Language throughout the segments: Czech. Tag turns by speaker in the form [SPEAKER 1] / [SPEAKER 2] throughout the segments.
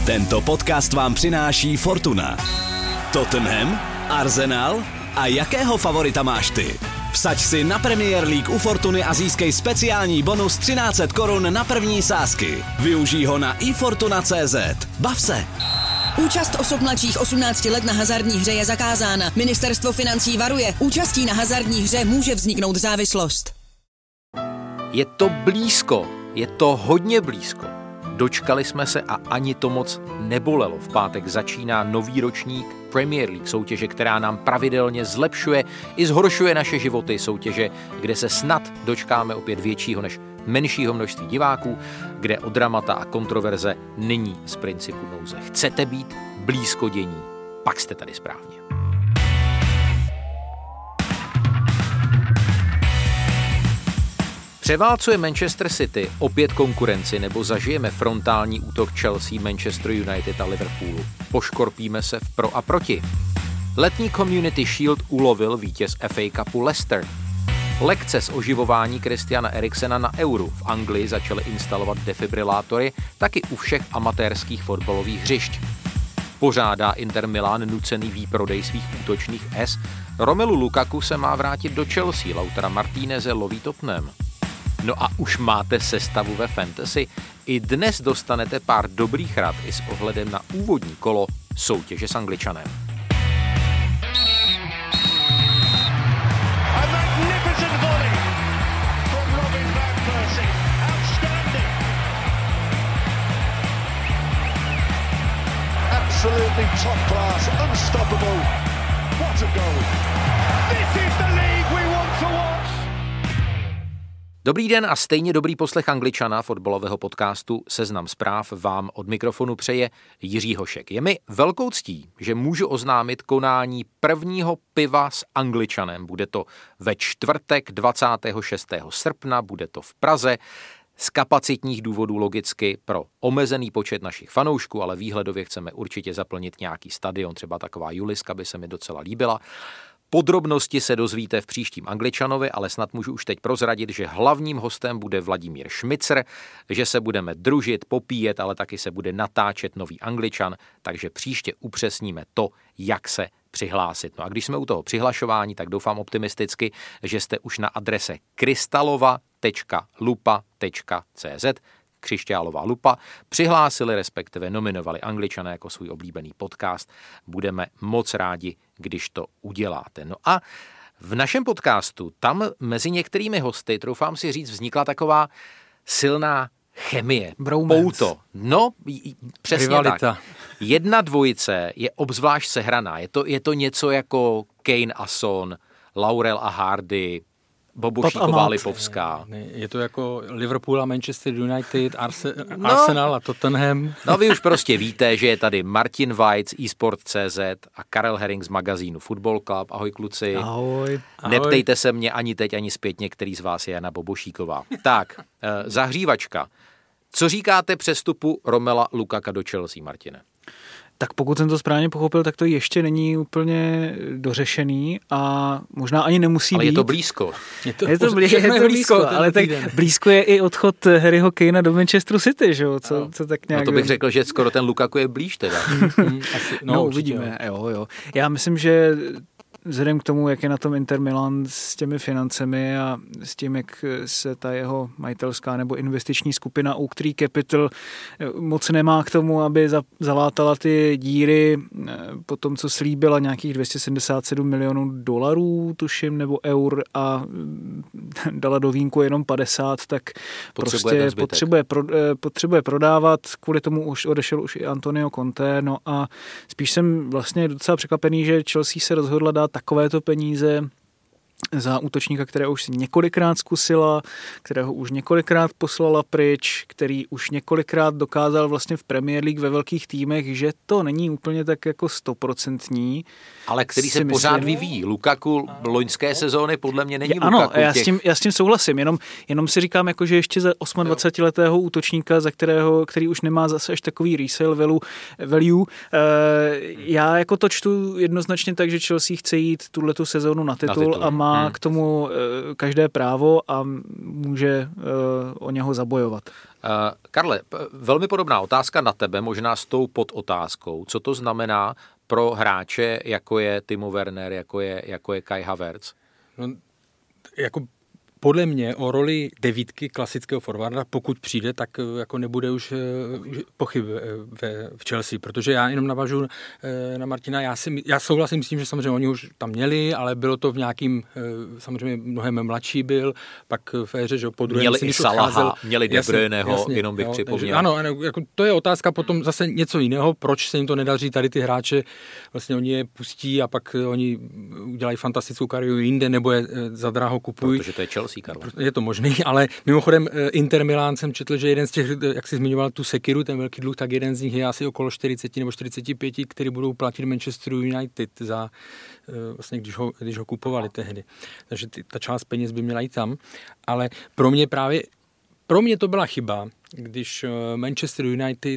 [SPEAKER 1] Tento podcast vám přináší Fortuna. Tottenham, Arsenal a jakého favorita máš ty? Vsaď si na Premier League u Fortuny a získej speciální bonus 1300 korun na první sázky. Využij ho na ifortuna.cz. Bav se!
[SPEAKER 2] Účast osob mladších 18 let na hazardní hře je zakázána. Ministerstvo financí varuje. Účastí na hazardní hře může vzniknout závislost.
[SPEAKER 3] Je to blízko, je to hodně blízko. Dočkali jsme se a ani to moc nebolelo. V pátek začíná nový ročník Premier League, soutěže, která nám pravidelně zlepšuje i zhoršuje naše životy, soutěže, kde se snad dočkáme opět většího než menšího množství diváků, kde o dramata a kontroverze není z principu nouze. Chcete být blízko dění, pak jste tady správně. Převálcuje Manchester City opět konkurenci nebo zažijeme frontální útok Chelsea, Manchester United a Liverpoolu? Poškorpíme se v pro a proti. Letní Community Shield ulovil vítěz FA Cupu Leicester. Lekce z oživování Christiana Eriksena na Euru v Anglii začaly instalovat defibrilátory taky u všech amatérských fotbalových hřišť. Pořádá Inter Milan nucený výprodej svých útočných S. Romelu Lukaku se má vrátit do Chelsea, Lautara Martíneze loví Tottenham. No a už máte sestavu ve fantasy? I dnes dostanete pár dobrých rad i s ohledem na úvodní kolo soutěže s Angličanem.
[SPEAKER 4] Absolutely top class, unstoppable. What a goal. This is the league we want to watch.
[SPEAKER 3] Dobrý den a stejně dobrý poslech Angličana, fotbalového podcastu Seznam zpráv vám od mikrofonu přeje Jiří Hošek. Je mi velkou ctí, že můžu oznámit konání prvního piva s Angličanem. Bude to ve čtvrtek 26. srpna, bude to v Praze. Z kapacitních důvodů logicky pro omezený počet našich fanoušků, ale výhledově chceme určitě zaplnit nějaký stadion, třeba taková Juliska by se mi docela líbila. Podrobnosti se dozvíte v příštím Angličanovi, ale snad můžu už teď prozradit, že hlavním hostem bude Vladimír Šmicer, že se budeme družit, popíjet, ale taky se bude natáčet nový Angličan, takže příště upřesníme to, jak se přihlásit. No a když jsme u toho přihlašování, tak doufám optimisticky, že jste už na adrese krystalova.lupa.cz Křišťálová lupa, přihlásili, respektive nominovali Angličana jako svůj oblíbený podcast. Budeme moc rádi, když to uděláte. No a v našem podcastu, tam mezi některými hosty, troufám si říct, vznikla taková silná chemie, pouto. No, přesně
[SPEAKER 5] rivalita.
[SPEAKER 3] Tak. Jedna dvojice je obzvlášť sehraná. Je to něco jako Kane a Son, Laurel a Hardy, Bobošíková Lipovská.
[SPEAKER 5] Je to jako Liverpool a Manchester United, Arsenal a Tottenham.
[SPEAKER 3] No vy už prostě víte, že je tady Martin Weitz, eSport.cz a Karel Herring z magazínu Football Club. Ahoj kluci.
[SPEAKER 5] Ahoj.
[SPEAKER 3] Neptejte se mě ani teď, ani zpětně, který z vás je Jana Bobošíková. Tak, zahřívačka. Co říkáte přestupu Romela Lukaka do Chelsea, Martine?
[SPEAKER 6] Tak pokud jsem to správně pochopil, tak to ještě není úplně dořešený a možná ani nemusí být.
[SPEAKER 3] Ale je to blízko.
[SPEAKER 6] Je to blízko, ale tak blízko je i odchod Harryho Kanea do Manchesteru City, že jo? Co tak nějak...
[SPEAKER 3] No to bych řekl, že skoro ten Lukaku je blíž teda.
[SPEAKER 6] No uvidíme, jo. Já myslím, že vzhledem k tomu, jak je na tom Inter Milan s těmi financemi a s tím, jak se ta jeho majitelská nebo investiční skupina Oaktree Capital moc nemá k tomu, aby zalátala ty díry po tom, co slíbila nějakých 277 milionů dolarů, tuším, nebo eur a dala do vínku jenom 50, tak potřebuje prodávat. Kvůli tomu už odešel už i Antonio Conte, no a spíš jsem vlastně docela překvapený, že Chelsea se rozhodla dát takovéto peníze za útočníka, které už si několikrát zkusila, kterého už několikrát poslala pryč, který už několikrát dokázal vlastně v Premier League ve velkých týmech, že to není úplně tak jako 100%.
[SPEAKER 3] Ale který se pořád vyvíjí. Lukaku loňské sezóny podle mě není
[SPEAKER 6] ano,
[SPEAKER 3] Lukaku.
[SPEAKER 6] Já s tím souhlasím, jenom si říkám, jako, že ještě za 28letého útočníka, který už nemá zase až takový resale value, já jako to čtu jednoznačně tak, že Chelsea chce jít tuhletu sezónu na titul a má k tomu každé právo a může o něho zabojovat.
[SPEAKER 3] Karle, velmi podobná otázka na tebe, možná s tou podotázkou. Co to znamená pro hráče, jako je Timo Werner, jako je Kai Havertz?
[SPEAKER 5] No, jako podle mě o roli devítky klasického forwarda, pokud přijde, tak jako nebude už pochyb v Chelsea, protože já jenom navážu na Martina, já souhlasím s tím, že samozřejmě oni už tam měli, ale bylo to v nějakým, samozřejmě mnohem mladší byl, pak v éře, že po druhém
[SPEAKER 3] měli i Salaha, měli De Bruyneho, jenom bych připomněl.
[SPEAKER 5] Ano, jako to je otázka potom zase něco jiného, proč se jim to nedaří, tady ty hráče, vlastně oni je pustí a pak oni udělají fantastickou kariéru jinde, nebo je zadráho kupují.
[SPEAKER 3] Protože to je Chelsea.
[SPEAKER 5] Je to možný, ale mimochodem Inter Milan jsem četl, že jeden z těch, jak jsi zmiňoval tu sekiru, ten velký dluh, tak jeden z nich je asi okolo 40 nebo 45, který budou platit Manchester United za vlastně, když ho kupovali tehdy. Takže ta část peněz by měla jít tam, ale pro mě to byla chyba, když Manchester United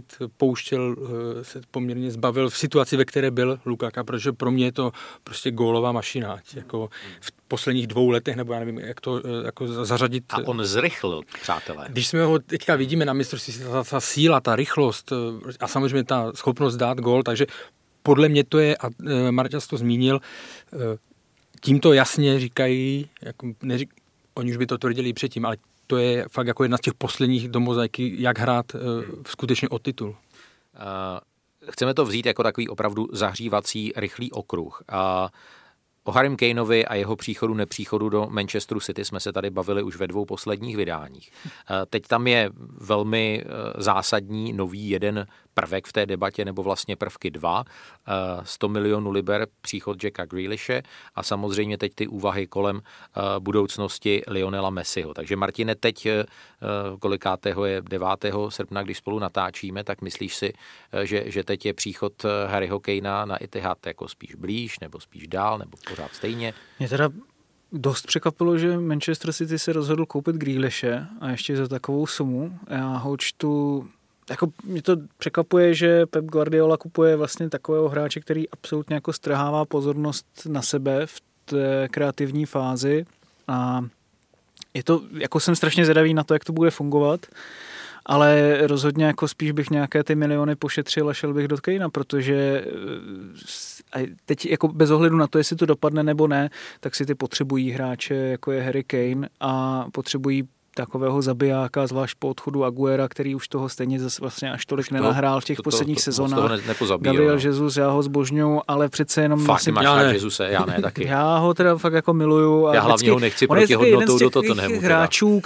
[SPEAKER 5] se poměrně zbavil v situaci, ve které byl Lukaku, protože pro mě je to prostě gólová mašina. Jako v posledních 2 letech, nebo já nevím, jak to jako zařadit.
[SPEAKER 3] A on zrychlil, přátelé.
[SPEAKER 5] Když jsme ho teďka vidíme na mistrovství, ta síla, ta rychlost a samozřejmě ta schopnost dát gól, takže podle mě to je, a Marťas to zmínil, tím to jasně říkají, jako oni už by to tvrdili předtím, ale to je fakt jako jedna z těch posledních do mozaiky, jak hrát skutečně o titul.
[SPEAKER 3] Chceme to vzít jako takový opravdu zahřívací, rychlý okruh. O Harrym Kaneovi a jeho příchodu, nepříchodu do Manchesteru City jsme se tady bavili už ve 2 posledních vydáních. Teď tam je velmi zásadní nový jeden prvek v té debatě, nebo vlastně prvky 2. 100 milionů liber příchod Jacka Grealishe a samozřejmě teď ty úvahy kolem budoucnosti Lionela Messiho. Takže Martine, teď kolikátého je 9. srpna, když spolu natáčíme, tak myslíš si, že teď je příchod Harryho Kanea na Etihad jako spíš blíž, nebo spíš dál, nebo pořád stejně?
[SPEAKER 6] Mě teda dost překvapilo, že Manchester City se rozhodl koupit Grealishe a ještě za takovou sumu. Já ho čtu. Jako mě to překvapuje, že Pep Guardiola kupuje vlastně takového hráče, který absolutně jako strhává pozornost na sebe v té kreativní fázi a je to, jako jsem strašně zvědavý na to, jak to bude fungovat, ale rozhodně jako spíš bych nějaké ty miliony pošetřil a šel bych do Kanea, protože teď jako bez ohledu na to, jestli to dopadne nebo ne, tak si ty potřebují hráče, jako je Harry Kane a potřebují takového zabijáka, zvlášť po odchodu Aguera, který už toho stejně zase vlastně až tolik nenahrál v těch posledních sezónách. Gabriel Jesus, já ho zbožňuju, ale přece jenom...
[SPEAKER 3] Fakt, máš rád Jesuse, já ne taky.
[SPEAKER 6] Já ho teda fakt jako miluju.
[SPEAKER 3] Já hlavně ho nechci proti hodnotou do Tottenhamu.
[SPEAKER 6] Hráčů,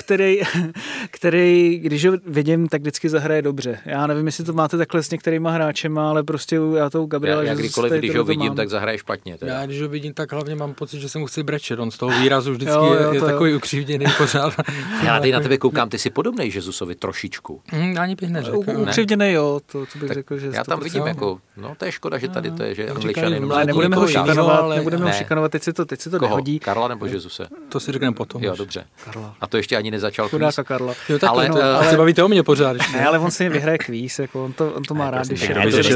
[SPEAKER 6] který, když ho vidím, tak vždycky zahraje dobře. Já nevím, jestli to máte takhle s některýma hráčema, ale prostě já toho Gabriela Jesus...
[SPEAKER 3] Já kdykoliv, když ho vidím, tak zahraje špatně.
[SPEAKER 5] Já když ho vidím, tak hlavně mám pocit, že se mu chci brečet. On z toho výrazu vždycky je takový ukřivděný pořád.
[SPEAKER 3] Já teď na tebe koukám, ty jsi podobnej Jezusovi trošičku.
[SPEAKER 5] Ani bych neřekl.
[SPEAKER 6] Ukřivděnej, jo, to bych řekl, že...
[SPEAKER 3] Já tam vidím jako, no to je škoda, že tady to je, že Angličany...
[SPEAKER 6] Nebudeme ho šikanovat, teď si to nehodí.
[SPEAKER 3] Karla nebo Jesuse?
[SPEAKER 5] To si řekneme potom.
[SPEAKER 3] Jo, dobře. Karla. A to ještě ani nezačal
[SPEAKER 6] kvíz. Karla.
[SPEAKER 5] Ale se bavíte o mě pořád.
[SPEAKER 6] Ne, ale on si vyhraje kvíz, jako on to má rád, když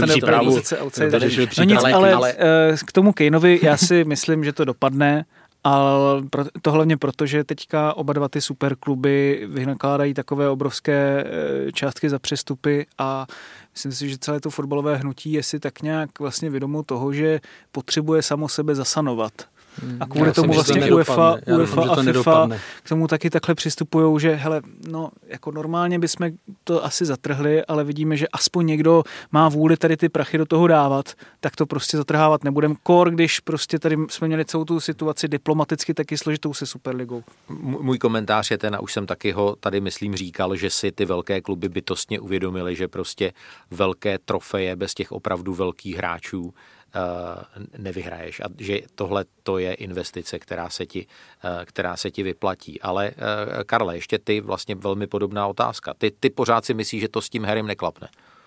[SPEAKER 6] ale k tomu Kaneovi já si myslím, že to dopadne. Ale to hlavně proto, že teďka oba dva ty superkluby vynakládají takové obrovské částky za přestupy a myslím si, že celé to fotbalové hnutí je si tak nějak vlastně vědomo toho, že potřebuje samo sebe zasanovat. A kvůli tomu vlastně UEFA a FIFA k tomu taky takhle přistupujou, že hele, no jako normálně bychom to asi zatrhli, ale vidíme, že aspoň někdo má vůli tady ty prachy do toho dávat, tak to prostě zatrhávat nebudeme. Kor, když prostě tady jsme měli celou tu situaci diplomaticky taky složitou se Superligou.
[SPEAKER 3] Můj komentář je ten, a už jsem taky ho tady myslím říkal, že si ty velké kluby bytostně uvědomili, že prostě velké trofeje bez těch opravdu velkých hráčů nevyhraješ a že tohle to je investice, která se ti vyplatí. Ale Karle, ještě ty vlastně velmi podobná otázka. Ty pořád si myslíš, že to s tím Harrym neklapne?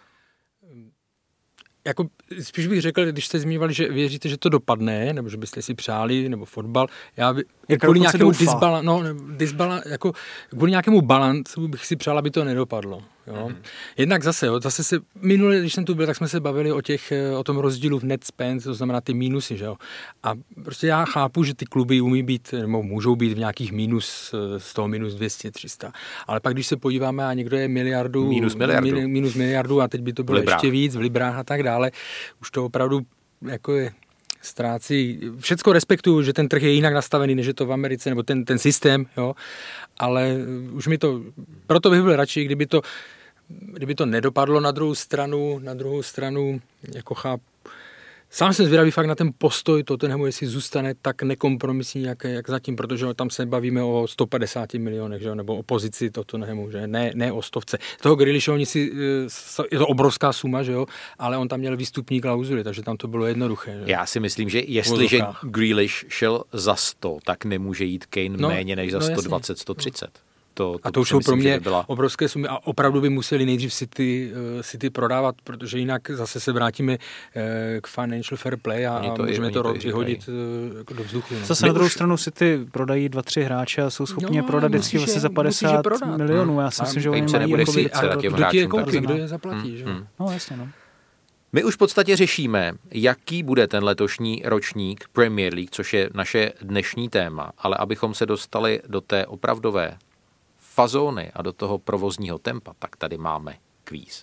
[SPEAKER 5] Jako, spíš bych řekl, když jste zmiňovali, že věříte, že to dopadne, nebo že byste si přáli, nebo fotbal, kvůli nějakému kvůli nějakému balancu bych si přál, aby to nedopadlo. Jo. Jednak zase se minule, když jsem tu byl, tak jsme se bavili o tom rozdílu v net spend, to znamená ty mínusy, že jo. A prostě já chápu, že ty kluby umí být, nebo můžou být v nějakých mínus, z toho minus 200, 300. Ale pak, když se podíváme a někdo je minus miliardu a teď by to bylo ještě víc v librách a tak dále, už to opravdu jako je ztrácí. Všecko respektuju, že ten trh je jinak nastavený, než je to v Americe, nebo ten systém, jo, ale už mi to, proto bych byl radši, kdyby to nedopadlo na druhou stranu, jako sám jsem zvědavý fakt na ten postoj Tottenhamu, jestli zůstane tak nekompromisní, jak zatím, protože tam se bavíme o 150 milionech, že? Nebo o pozici Tottenhamu, že? Ne o 100. Toho Grealishe, je to obrovská suma, že jo? Ale on tam měl výstupní klauzuly, takže tam to bylo jednoduché. Že?
[SPEAKER 3] Já si myslím, že jestliže Grealish šel za 100, tak nemůže jít Kane méně než za 120, 130.
[SPEAKER 5] To už jsou pro mě obrovské sumy a opravdu by museli nejdřív City prodávat, protože jinak zase se vrátíme k financial fair play a můžeme to vyhodit do vzduchu. No.
[SPEAKER 6] Zase na druhou stranu City prodají 2-3 hráče a jsou schopni prodat vždycky vlastně za 50 milionů. Já si myslím, že oni mají
[SPEAKER 5] kdo je zaplatí.
[SPEAKER 6] No jasně, no.
[SPEAKER 3] My už v podstatě řešíme, jaký bude ten letošní ročník Premier League, což je naše dnešní téma, ale abychom se dostali do té opravdové fazóny a do toho provozního tempa, tak tady máme kvíz.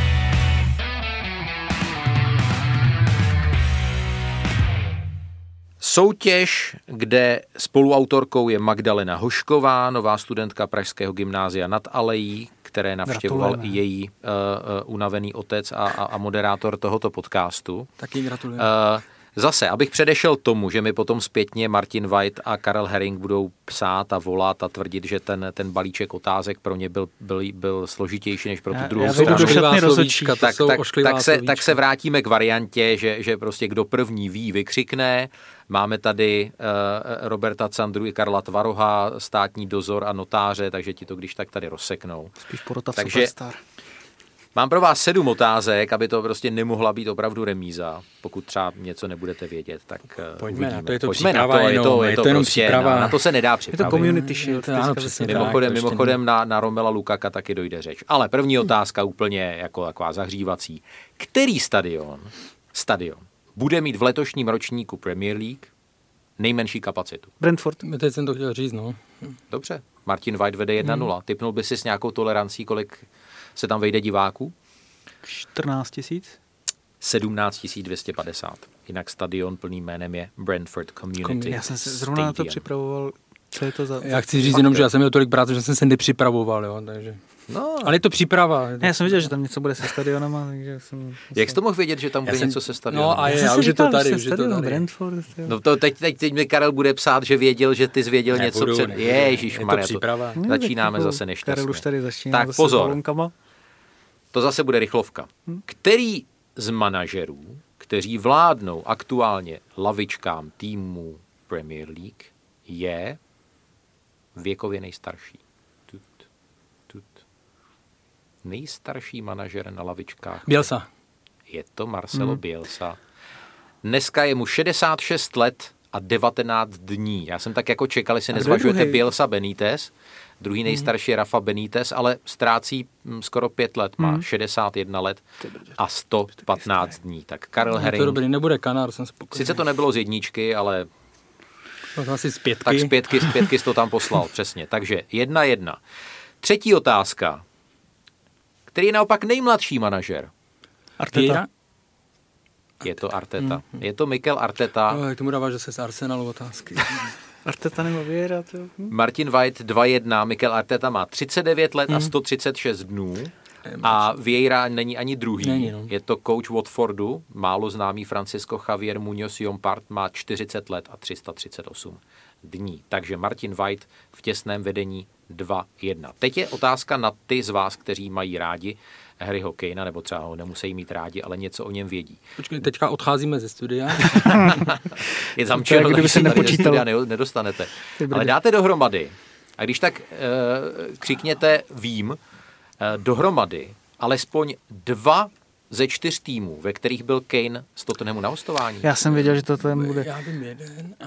[SPEAKER 3] Soutěž, kde spoluautorkou je Magdalena Hošková, nová studentka Pražského gymnázia nad Alejí, které navštěvoval i její unavený otec a moderátor tohoto podcastu.
[SPEAKER 5] Taky gratuluji.
[SPEAKER 3] Zase, abych předešel tomu, že mi potom zpětně Martin White a Karel Herring budou psát a volat a tvrdit, že ten balíček otázek pro ně byl složitější než pro tu druhou stranu. Tak se vrátíme k variantě, že prostě kdo první ví, vykřikne. Máme tady Roberta Candru i Karla Tvaroha, státní dozor a notáře, takže ti to když tak tady rozseknou.
[SPEAKER 6] Spíš porota v Superstar.
[SPEAKER 3] Mám pro vás 7 otázek, aby to prostě nemohla být opravdu remíza. Pokud třeba něco nebudete vědět, tak
[SPEAKER 5] pojďme
[SPEAKER 3] uvidíme.
[SPEAKER 5] Na to, je to příprava, je to prostě jenom příprava.
[SPEAKER 3] Na to se nedá připravit.
[SPEAKER 6] Je to community shield.
[SPEAKER 5] Ano, přesně
[SPEAKER 3] mimochodem na Romela Lukaka taky dojde řeč. Ale první otázka úplně jako taková zahřívací. Který stadion bude mít v letošním ročníku Premier League nejmenší kapacitu?
[SPEAKER 6] Brentford.
[SPEAKER 5] Teď jsem to chtěl říct, no.
[SPEAKER 3] Dobře. Martin White vede 1-0. Tipnul by si s nějakou tolerancí, kolik se tam vejde diváků?
[SPEAKER 6] 14 000.
[SPEAKER 3] 17 250. Jinak stadion plným jménem je Brentford Community.
[SPEAKER 6] Já jsem se zrovna na to připravoval. Co je to za...
[SPEAKER 5] Já chci říct jenom, že já jsem měl tolik práce, že jsem se nepřipravoval, jo, takže...
[SPEAKER 3] No,
[SPEAKER 5] ale je to příprava.
[SPEAKER 6] Já jsem viděl, že tam něco bude se stadionama, takže jsem...
[SPEAKER 3] Jak jsi to mohl vědět, že tam bude něco se stadionem?
[SPEAKER 5] No a už je to tady, už je to tady.
[SPEAKER 6] Brentford,
[SPEAKER 3] no to teď mi Karel bude psát, že věděl, že ty jsi věděl něco před... Ježišmarja, začínáme zase nešťastně.
[SPEAKER 6] Karel už tady začíná
[SPEAKER 3] tak pozor, to zase bude rychlovka. Který z manažerů, kteří vládnou aktuálně lavičkám týmů Premier League, je věkově nejstarší? Nejstarší manažer na lavičkách.
[SPEAKER 5] Bielsa.
[SPEAKER 3] Je to Marcelo Bielsa. Dneska je mu 66 let a 19 dní. Já jsem tak jako čekal, jestli nezvažujete Bielsa Benítez. Druhý nejstarší je Rafa Benítez, ale ztrácí skoro 5 let. Má 61 let a 115 dní. Tak Karel Herring.
[SPEAKER 5] To dobrý, nebude Kanár, jsem spokojený.
[SPEAKER 3] Sice to nebylo z jedničky, ale...
[SPEAKER 5] To asi z pětky.
[SPEAKER 3] Tak z pětky jsi to tam poslal, přesně. Takže 1-1. Třetí otázka. Který je naopak nejmladší manažer?
[SPEAKER 5] Arteta.
[SPEAKER 3] Je to Arteta. Je to Mikel Arteta.
[SPEAKER 5] Ty mu dáváš zase z Arsenalu otázky.
[SPEAKER 6] Arteta nebo Vieira.
[SPEAKER 3] Martin White 2-1. Mikel Arteta má 39 let a 136 dnů. A Vieira není ani druhý. Je to coach Watfordu, málo známý Francisco Javier Muñoz Jompart, má 40 let a 338 dní. Takže Martin White v těsném vedení 2-1. Teď je otázka na ty z vás, kteří mají rádi Harryho Kanea, nebo třeba ho nemusí mít rádi, ale něco o něm vědí.
[SPEAKER 5] Počkej, teďka odcházíme ze studia.
[SPEAKER 3] Je tam černo,
[SPEAKER 6] kdyby se nepočítal.
[SPEAKER 3] Nedostanete. Ale dáte dohromady. A když tak křikněte vím, dohromady alespoň 2 ze 4 týmů, ve kterých byl Kane z Tottenhamu na hostování.
[SPEAKER 6] Já jsem věděl, že to tam bude.
[SPEAKER 5] Já vím 1 a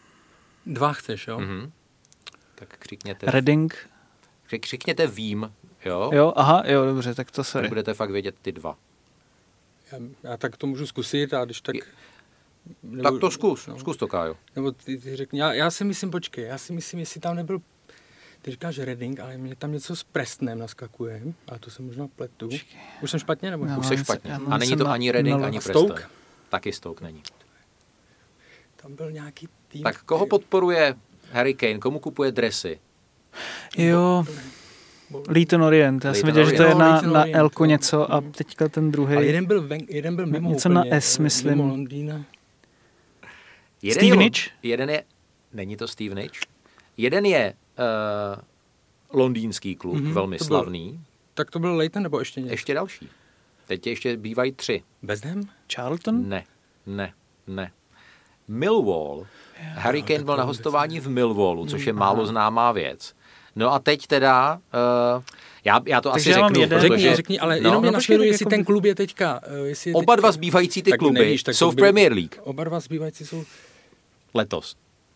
[SPEAKER 5] 2 chceš, jo?
[SPEAKER 3] Tak křikněte.
[SPEAKER 6] Reading.
[SPEAKER 3] Křikněte vím Jo?
[SPEAKER 6] Jo, aha, jo, dobře, tak to sorry.
[SPEAKER 3] Budete fakt vědět ty dva.
[SPEAKER 5] Já tak to můžu zkusit a když tak...
[SPEAKER 3] Tak to zkus to, Kájo.
[SPEAKER 5] Nebo ty řekni, já si myslím, jestli tam nebyl, ty říkáš Reading, ale mě tam něco s Prestonem naskakuje, ale to se možná pletu. Už jsem špatně, nebo?
[SPEAKER 3] Už jsem špatně. A není to ani Reading, ani Preston. Taky Stoke není.
[SPEAKER 5] Tam byl nějaký tým.
[SPEAKER 3] Tak koho podporuje Harry Kane? Komu kupuje dresy?
[SPEAKER 6] Jo, Leyton Orient. Já jsem viděl, že to je na Elko něco a teďka ten druhý.
[SPEAKER 5] Ale jeden byl mimo
[SPEAKER 6] něco
[SPEAKER 5] úplně,
[SPEAKER 6] na S, myslím.
[SPEAKER 5] Mimo Londýna.
[SPEAKER 6] Stevenage?
[SPEAKER 3] Není to Stevenage. Jeden je londýnský klub, velmi slavný.
[SPEAKER 5] Tak to byl Leyton nebo ještě něco?
[SPEAKER 3] Ještě další. Teď ještě bývají 3.
[SPEAKER 5] West Ham?
[SPEAKER 6] Charlton?
[SPEAKER 3] Ne. Millwall. Harry Kane byl na hostování v Millwallu, což je málo známá věc. No a teď teda, já to
[SPEAKER 6] takže
[SPEAKER 3] asi řeknu.
[SPEAKER 5] Řekni, ale jenom mě nasvěduje, jestli ten klub je teďka...
[SPEAKER 3] Oba dva zbývající ty kluby jsou v Premier League.
[SPEAKER 5] Oba dva zbývající jsou...
[SPEAKER 3] Letos.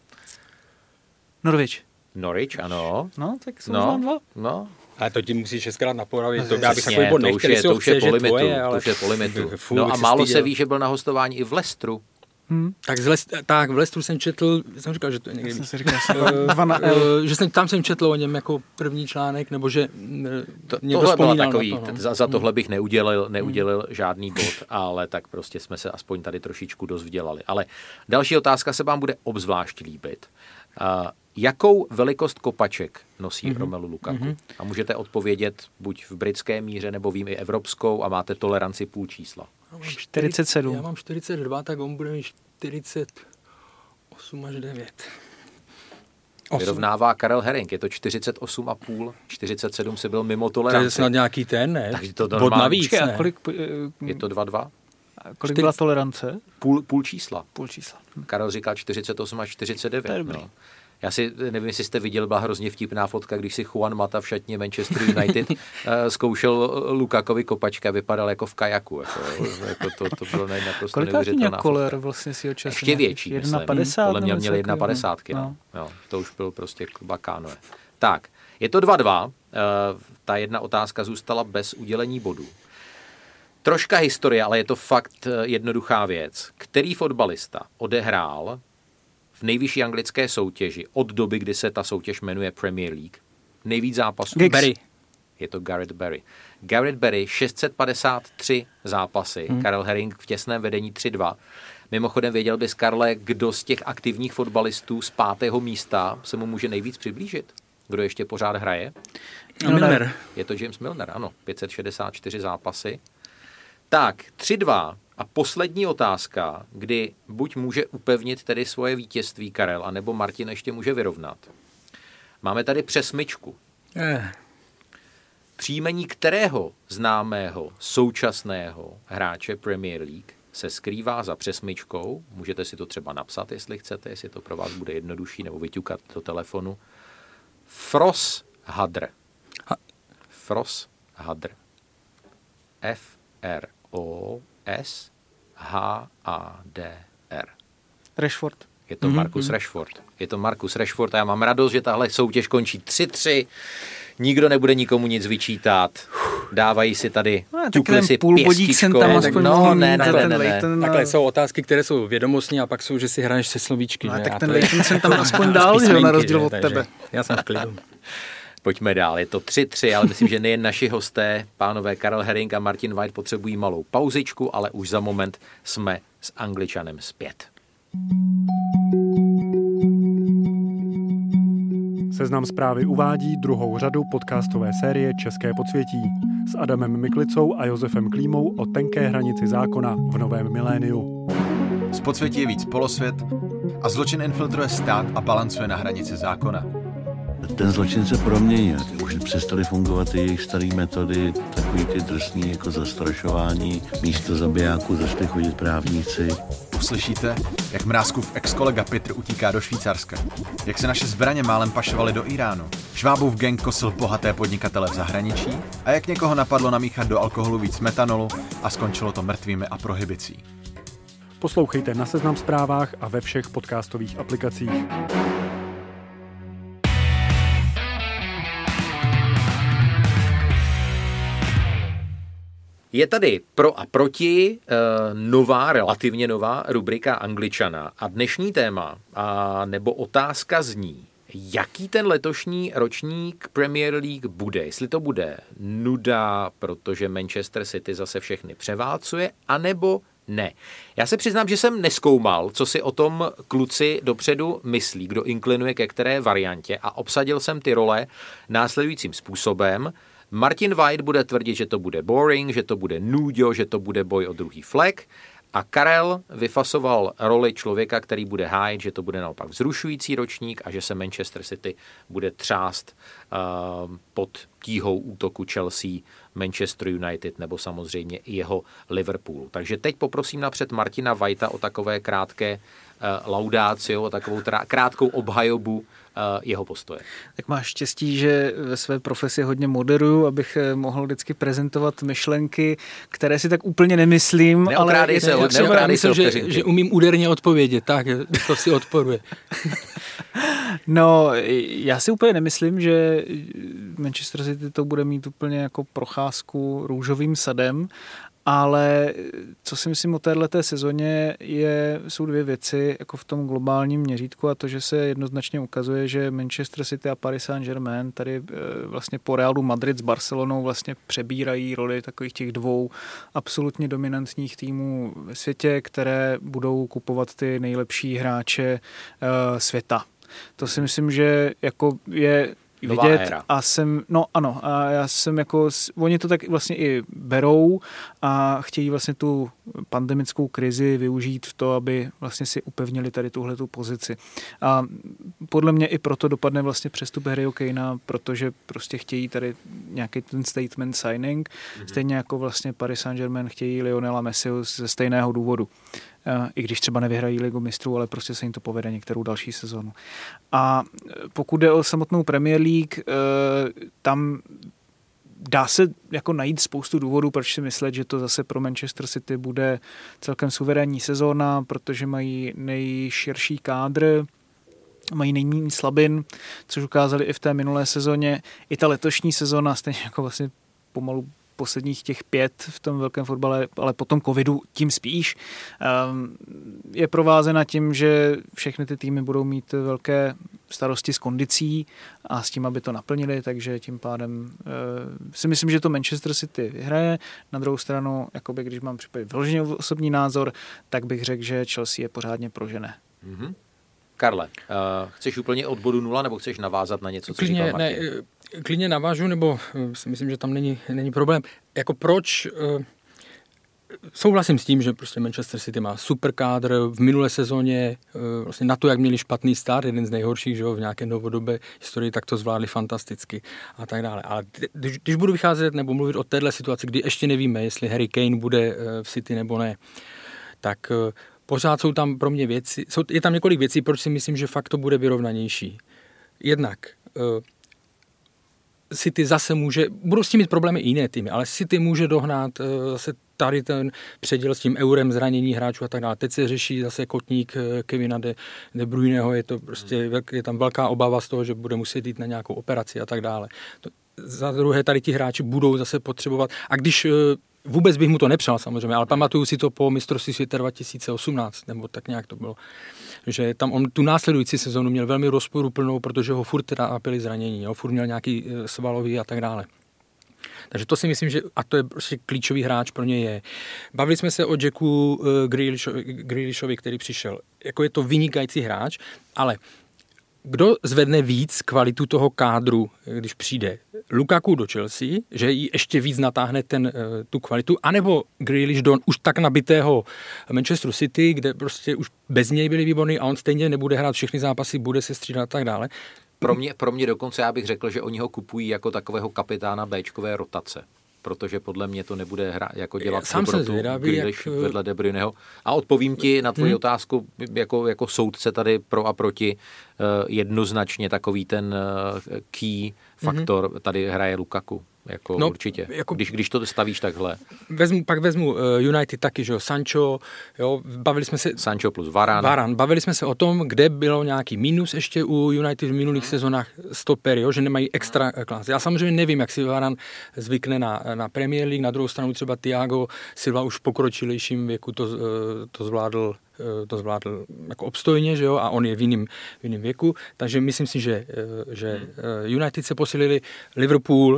[SPEAKER 3] Norwich, ano.
[SPEAKER 6] No, tak jsou dva.
[SPEAKER 3] No.
[SPEAKER 5] Ale to ti musíš 6krát naporavit.
[SPEAKER 3] To už je po limitu. No a málo se ví, že byl na hostování i v Leicesteru.
[SPEAKER 5] Tak v Leicesteru jsem četl, jsem říkal, že to je někdy víc. Že tam jsem četl o něm jako první článek, nebo že někdo vzpomínal
[SPEAKER 3] takový,
[SPEAKER 5] na to.
[SPEAKER 3] Za tohle bych neudělil žádný bod, ale tak prostě jsme se aspoň tady trošičku dozvědělali. Ale další otázka se vám bude obzvlášť líbit. Jakou velikost kopaček nosí Romelu Lukaku? A můžete odpovědět buď v britské míře, nebo vím i evropskou a máte toleranci půl čísla.
[SPEAKER 6] 47.
[SPEAKER 5] Já mám 42, tak on bude mít 48 až 9.
[SPEAKER 3] Vyrovnává Karel Herring, je to 48,5, 47 si byl mimo toleranci.
[SPEAKER 5] To je snad nějaký ten, ne?
[SPEAKER 3] Takže to
[SPEAKER 5] bod navíc, ne?
[SPEAKER 3] Je to 2,2?
[SPEAKER 6] Kolik byla tolerance?
[SPEAKER 3] Půl čísla. Karel říkal 48 až 49. No. Já si nevím, jestli jste viděl, byla hrozně vtipná fotka, když si Juan Mata v šatně Manchester United zkoušel Lukakovi kopačka, vypadal jako v kajaku. To bylo naprosto neuvěřitelná fotka.
[SPEAKER 6] Koler vlastně si očasně?
[SPEAKER 3] Ještě větší, myslím.
[SPEAKER 6] 1,50?
[SPEAKER 3] Podle mě měl 1,50. No. To už byl prostě bakánoe. Tak, je to 2-2. Ta jedna otázka zůstala bez udělení bodů. Troška historie, ale je to fakt jednoduchá věc. Který fotbalista odehrál v nejvyšší anglické soutěži od doby, kdy se ta soutěž jmenuje Premier League nejvíc zápasů?
[SPEAKER 5] Barry.
[SPEAKER 3] Je to Gareth Barry. Gareth Barry 653 zápasy, Karel Herring v těsném vedení 3-2. Mimochodem věděl bys, Karle, kdo z těch aktivních fotbalistů z 5. místa se mu může nejvíc přiblížit? Kdo ještě pořád hraje?
[SPEAKER 5] Milner.
[SPEAKER 3] Je to James Milner, ano. 564 zápasy. Tak, 3-2 a poslední otázka, kdy buď může upevnit tedy svoje vítězství Karel, anebo Martin ještě může vyrovnat. Máme tady přesmyčku. Příjmení kterého známého současného hráče Premier League se skrývá za přesmyčkou? Můžete si to třeba napsat, jestli chcete, jestli to pro vás bude jednodušší, nebo vyťukat do telefonu. Fros Hadr. Fros Hadr. F-R-O-S-H-A-D-R.
[SPEAKER 6] Rashford.
[SPEAKER 3] Je to Marcus Rashford a já mám radost, že tahle soutěž končí 3-3. Nikdo nebude nikomu nic vyčítat. Dávají si tady ťukli si pěstičkou. Ne.
[SPEAKER 5] Takhle jsou otázky, které jsou vědomostní a pak jsou, že si hraješ se slovíčky.
[SPEAKER 6] No, tak ten Leighton jsem tam aspoň dál, že na rozdíl od tebe.
[SPEAKER 5] Já jsem v klidu.
[SPEAKER 3] Pojďme dál, je to 3-3, ale myslím, že nejen naši hosté, pánové Karel Herring a Martin White, potřebují malou pauzičku, ale už za moment jsme s Angličanem zpět.
[SPEAKER 7] Seznam Zprávy uvádí druhou řadu podcastové série České podsvětí s Adamem Miklicou a Josefem Klímou o tenké hranici zákona v novém miléniu.
[SPEAKER 8] Z podsvětí je víc polosvět a zločin infiltruje stát a balancuje na hranici zákona.
[SPEAKER 9] Ten zločin se proměnil. Už přestaly fungovat ty jejich staré metody, takový ty drsný jako zastrašování. Místo zabijáků začali chodit právníci.
[SPEAKER 8] Uslyšíte, jak Mrázkův ex-kolega Petr utíká do Švýcarska. Jak se naše zbraně málem pašovaly do Iránu. Švábův gang kosil bohaté podnikatele v zahraničí a jak někoho napadlo namíchat do alkoholu víc metanolu a skončilo to mrtvými a prohibicí.
[SPEAKER 7] Poslouchejte na Seznam Zprávách a ve všech podcastových aplikacích.
[SPEAKER 3] Je tady pro a proti relativně nová rubrika Angličana a dnešní téma nebo otázka zní, jaký ten letošní ročník Premier League bude. Jestli to bude nuda, protože Manchester City zase všechny převálcuje, anebo ne. Já se přiznám, že jsem nezkoumal, co si o tom kluci dopředu myslí, kdo inklinuje ke které variantě a obsadil jsem ty role následujícím způsobem. Martin White bude tvrdit, že to bude boring, že to bude nuďo, že to bude boj o druhý flek a Karel vyfasoval roli člověka, který bude hájit, že to bude naopak vzrušující ročník a že se Manchester City bude třást pod tíhou útoku Chelsea, Manchester United nebo samozřejmě i jeho Liverpoolu. Takže teď poprosím napřed Martina Whitea o takové krátké laudácio, o takovou krátkou obhajobu jeho postoje.
[SPEAKER 6] Tak máš štěstí, že ve své profesi hodně moderuju, abych mohl vždycky prezentovat myšlenky, které si tak úplně nemyslím.
[SPEAKER 3] Neokrádej se,
[SPEAKER 5] že umím úderně odpovědět, tak to si odporuje.
[SPEAKER 6] No, já si úplně nemyslím, že Manchester City to bude mít úplně jako procházku růžovým sadem, ale co si myslím o téhleté sezóně jsou dvě věci jako v tom globálním měřítku a to, že se jednoznačně ukazuje, že Manchester City a Paris Saint-Germain tady vlastně po Realu Madrid s Barcelonou vlastně přebírají roli takových těch dvou absolutně dominantních týmů ve světě, které budou kupovat ty nejlepší hráče světa. To si myslím, že jako je vidět a já jsem jako, oni to tak vlastně i berou a chtějí vlastně tu pandemickou krizi využít v to, aby vlastně si upevnili tady tuhletu pozici. A podle mě i proto dopadne vlastně přestup Harryho Kanea, protože prostě chtějí tady nějaký ten statement signing, stejně jako vlastně Paris Saint-Germain chtějí Lionela Messiho ze stejného důvodu. I když třeba nevyhrají Ligu mistrů, ale prostě se jim to povede některou další sezonu. A pokud jde o samotnou Premier League, tam dá se jako najít spoustu důvodů, proč si myslet, že to zase pro Manchester City bude celkem suverénní sezóna, protože mají nejširší kádr, mají nejméně slabin, což ukázali i v té minulé sezóně. I ta letošní sezóna, stejně jako vlastně pomalu posledních těch 5 v tom velkém fotbale, ale po tom covidu tím spíš, je provázena tím, že všechny ty týmy budou mít velké starosti s kondicí a s tím, aby to naplnili, takže tím pádem si myslím, že to Manchester City vyhraje. Na druhou stranu, jakoby, když mám připravit vyloženě osobní názor, tak bych řekl, že Chelsea je pořádně prožené.
[SPEAKER 3] Mm-hmm. Karle, chceš úplně od bodu 0, nebo chceš navázat na něco, co říkal Martin?
[SPEAKER 5] Klidně navážu, nebo si myslím, že tam není problém. Jako proč... Souhlasím s tím, že prostě Manchester City má super kádr v minulé sezóně, vlastně na to, jak měli špatný start, jeden z nejhorších, že v nějaké novodobé historii, tak to zvládli fantasticky a tak dále. Ale když budu vycházet nebo mluvit o téhle situaci, kdy ještě nevíme, jestli Harry Kane bude v City nebo ne, tak pořád jsou tam pro mě věci, je tam několik věcí, proč si myslím, že fakt to bude vyrovnanější. Jednak City zase budou s tím mít problémy i jiné týmy, ale City může dohnat zase tady ten předěl s tím eurem zranění hráčů a tak dále. Teď se řeší zase kotník Kevina De Bruyneho, je tam velká obava z toho, že bude muset jít na nějakou operaci a tak dále. Za druhé tady ti hráči budou zase potřebovat, a když vůbec bych mu to nepřál samozřejmě, ale pamatuju si to po mistrovství světa 2018, nebo tak nějak to bylo, že tam on tu následující sezonu měl velmi rozporuplnou, protože ho furt trápili zranění, furt měl nějaký svalový a tak dále. Takže to si myslím, že a to je prostě klíčový hráč pro ně je. Bavili jsme se o Jacku Grealishovi, který přišel. Jako je to vynikající hráč, ale kdo zvedne víc kvalitu toho kádru, když přijde? Lukaku do Chelsea, že ji ještě víc natáhne tu kvalitu, anebo Grealish do už tak nabitého Manchesteru City, kde prostě už bez něj byli výborný a on stejně nebude hrát všechny zápasy, bude se střídat a tak dále.
[SPEAKER 3] Pro mě dokonce já bych řekl, že oni ho kupují jako takového kapitána Bčkové rotace, protože podle mě to nebude jako dělat dobrotu Grealish vedle De Bruyneho. A odpovím ti na tvoji otázku jako soudce tady pro a proti, jednoznačně takový ten key faktor tady hraje Lukaku. určitě, když to stavíš takhle.
[SPEAKER 5] Pak vezmu United taky, že jo, Sancho, jo, bavili jsme se...
[SPEAKER 3] Sancho plus Varane.
[SPEAKER 5] Bavili jsme se o tom, kde bylo nějaký mínus ještě u United v minulých sezonách stopery, jo, že nemají extra klas. Já samozřejmě nevím, jak si Varane zvykne na Premier League, na druhou stranu třeba Thiago Silva už v pokročilejším věku to zvládl jako obstojně, že jo, a on je v jiném věku, takže myslím si, že United se posilili, Liverpool,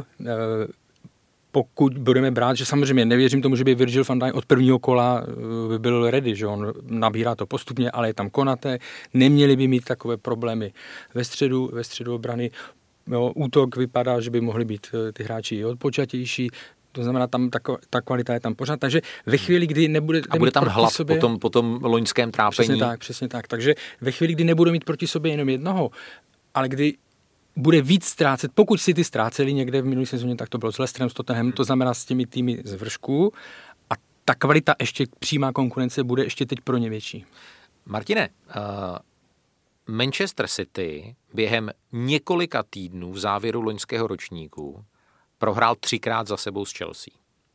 [SPEAKER 5] pokud budeme brát, že samozřejmě nevěřím tomu, že by Virgil van Dijk od prvního kola by byl ready, že on nabírá to postupně, ale je tam Konaté, neměli by mít takové problémy ve středu obrany, jo, útok vypadá, že by mohli být ty hráči odpočatější. To znamená, tam ta kvalita je tam pořád. Takže ve chvíli, kdy nebude...
[SPEAKER 3] A bude tam hlad po tom loňském trápení.
[SPEAKER 5] Přesně tak. Takže ve chvíli, kdy nebude mít proti sobě jenom jednoho, ale kdy bude víc ztrácet, pokud si ty ztráceli někde v minulý sezóně, tak to bylo s Leicesterem, s Tottenhamem, to znamená s těmi týmy z vršku a ta kvalita ještě přímá konkurence bude ještě teď pro ně větší.
[SPEAKER 3] Martine, Manchester City během několika týdnů v závěru loňského ročníku prohrál 3krát za sebou s Chelsea.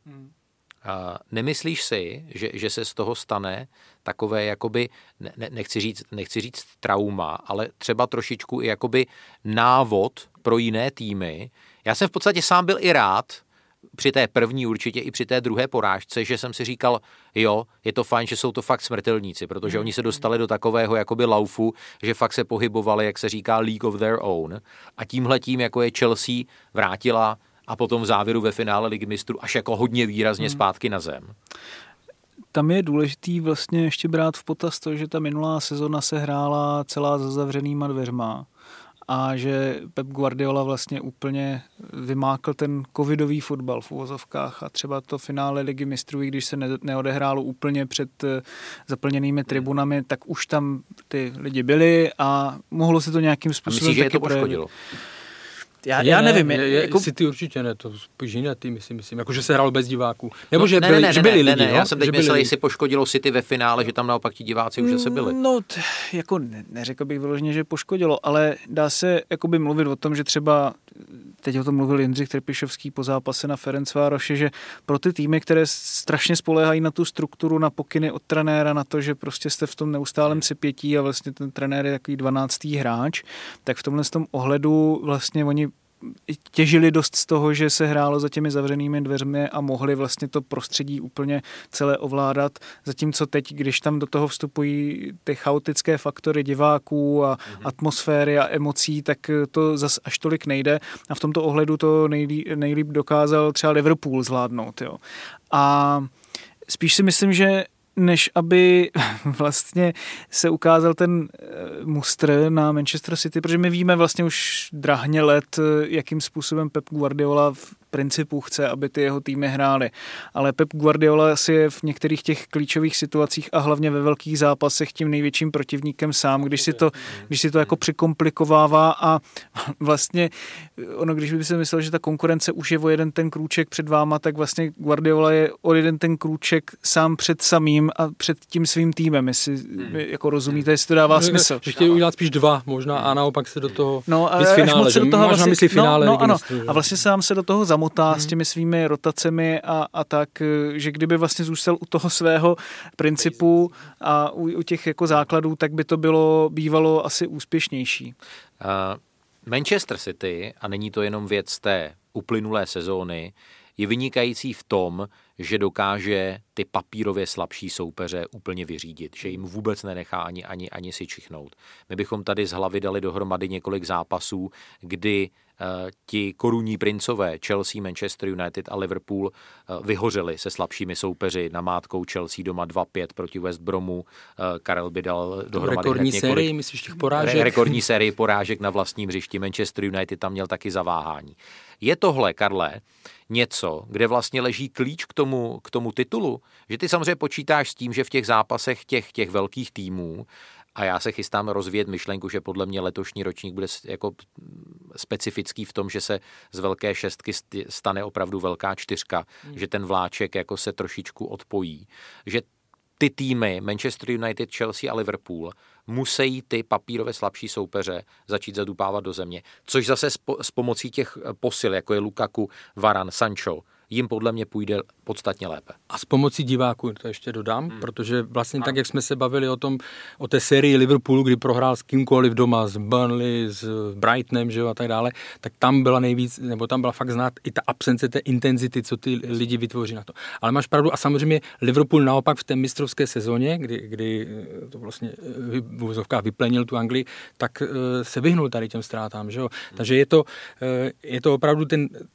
[SPEAKER 3] Nemyslíš si, že se z toho stane takové jakoby, nechci říct trauma, ale třeba trošičku i jakoby návod pro jiné týmy? Já jsem v podstatě sám byl i rád, při té první určitě i při té druhé porážce, že jsem si říkal, jo, je to fajn, že jsou to fakt smrtelníci, protože oni se dostali do takového jakoby laufu, že fakt se pohybovali, jak se říká, league of their own. A tímhletím, jako je Chelsea, vrátila a potom v závěru ve finále Ligy mistrů až jako hodně výrazně zpátky na zem.
[SPEAKER 6] Tam je důležitý vlastně ještě brát v potaz to, že ta minulá sezona se hrála celá za zavřenýma dveřma a že Pep Guardiola vlastně úplně vymákl ten covidový fotbal v uvozovkách a třeba to finále Ligy mistrů, když se neodehrálo úplně před zaplněnými tribunami, tak už tam ty lidi byli a mohlo se to nějakým způsobem...
[SPEAKER 3] A myslíš, že je to poškodilo?
[SPEAKER 6] Já nevím.
[SPEAKER 5] Jako... City určitě ne, to spíš jiné týmy si myslím, jakože se hrál bez diváků. Nebo že byli lidi.
[SPEAKER 3] Já jsem teď myslel, jestli poškodilo City ve finále, že tam naopak ti diváci už zase byli.
[SPEAKER 6] No, jako neřekl bych vyloženě, že poškodilo, ale dá se jakoby mluvit o tom, že třeba, teď o tom mluvil Jindřich Trpišovský po zápase na Ferencvároši, že pro ty týmy, které strašně spoléhají na tu strukturu, na pokyny od trenéra, na to, že prostě jste v tom neustálém sepětí a vlastně ten trenér je takový 12. hráč, tak v tomhle tom ohledu vlastně oni těžili dost z toho, že se hrálo za těmi zavřenými dveřmi a mohli vlastně to prostředí úplně celé ovládat, zatímco teď, když tam do toho vstupují ty chaotické faktory diváků a atmosféry a emocí, tak to zas až tolik nejde a v tomto ohledu to nejlíp dokázal třeba Liverpool zvládnout. Jo. A spíš si myslím, že než aby vlastně se ukázal ten mustr na Manchester City, protože my víme vlastně už drahně let, jakým způsobem Pep Guardiola v principu chce, aby ty jeho týmy hrály. Ale Pep Guardiola si je v některých těch klíčových situacích a hlavně ve velkých zápasech tím největším protivníkem sám, když si to jako přikomplikovává a vlastně ono, když by si myslel, že ta konkurence už je o jeden ten krůček před váma, tak vlastně Guardiola je o jeden ten krůček sám před samým a před tím svým týmem, jestli jako rozumíte, jestli to dává smysl.
[SPEAKER 5] Že chtějí udělat spíš dva možná a naopak se do toho
[SPEAKER 6] finále,
[SPEAKER 5] že máš na mysli finále.
[SPEAKER 6] Ano. A vlastně sám se do toho zamotá s těmi svými rotacemi a tak, že kdyby vlastně zůstal u toho svého principu a u těch jako základů, tak by to bývalo asi úspěšnější.
[SPEAKER 3] Manchester City, a není to jenom věc té uplynulé sezóny, je vynikající v tom, že dokáže ty papírově slabší soupeře úplně vyřídit, že jim vůbec nenechá ani si čichnout. My bychom tady z hlavy dali dohromady několik zápasů, kdy ti korunní princové Chelsea, Manchester United a Liverpool vyhořeli se slabšími soupeři. Namátkou Chelsea doma 2-5 proti West Bromu. Karel by dal dohromady
[SPEAKER 5] rekordní sérii, myslíš těch porážek?
[SPEAKER 3] Rekordní sérii porážek na vlastním hřišti. Manchester United tam měl taky zaváhání. Je tohle, Karle, něco, kde vlastně leží klíč k tomu titulu? Že ty samozřejmě počítáš s tím, že v těch zápasech těch velkých týmů, a já se chystám rozvíjet myšlenku, že podle mě letošní ročník bude jako specifický v tom, že se z velké šestky stane opravdu velká čtyřka, že ten vláček jako se trošičku odpojí, že ty týmy, Manchester United, Chelsea a Liverpool, musí ty papírově slabší soupeře začít zadupávat do země, což zase s pomocí těch posil, jako je Lukaku, Varane, Sancho, jim podle mě půjde podstatně lépe.
[SPEAKER 5] A s pomocí diváků, to ještě dodám, protože vlastně tak, jak jsme se bavili o té sérii Liverpoolu, kdy prohrál s kýmkoliv doma, s Burnley, s Brightonem, že jo, a tak dále, tak tam byla nejvíc, nebo tam byla fakt znát i ta absence té intenzity, co ty lidi vytvoří na to. Ale máš pravdu a samozřejmě Liverpool naopak v té mistrovské sezóně, kdy to vlastně v uvozovkách vyplenil tu Anglii, tak se vyhnul tady těm ztrátám, že jo. Takže je to opravdu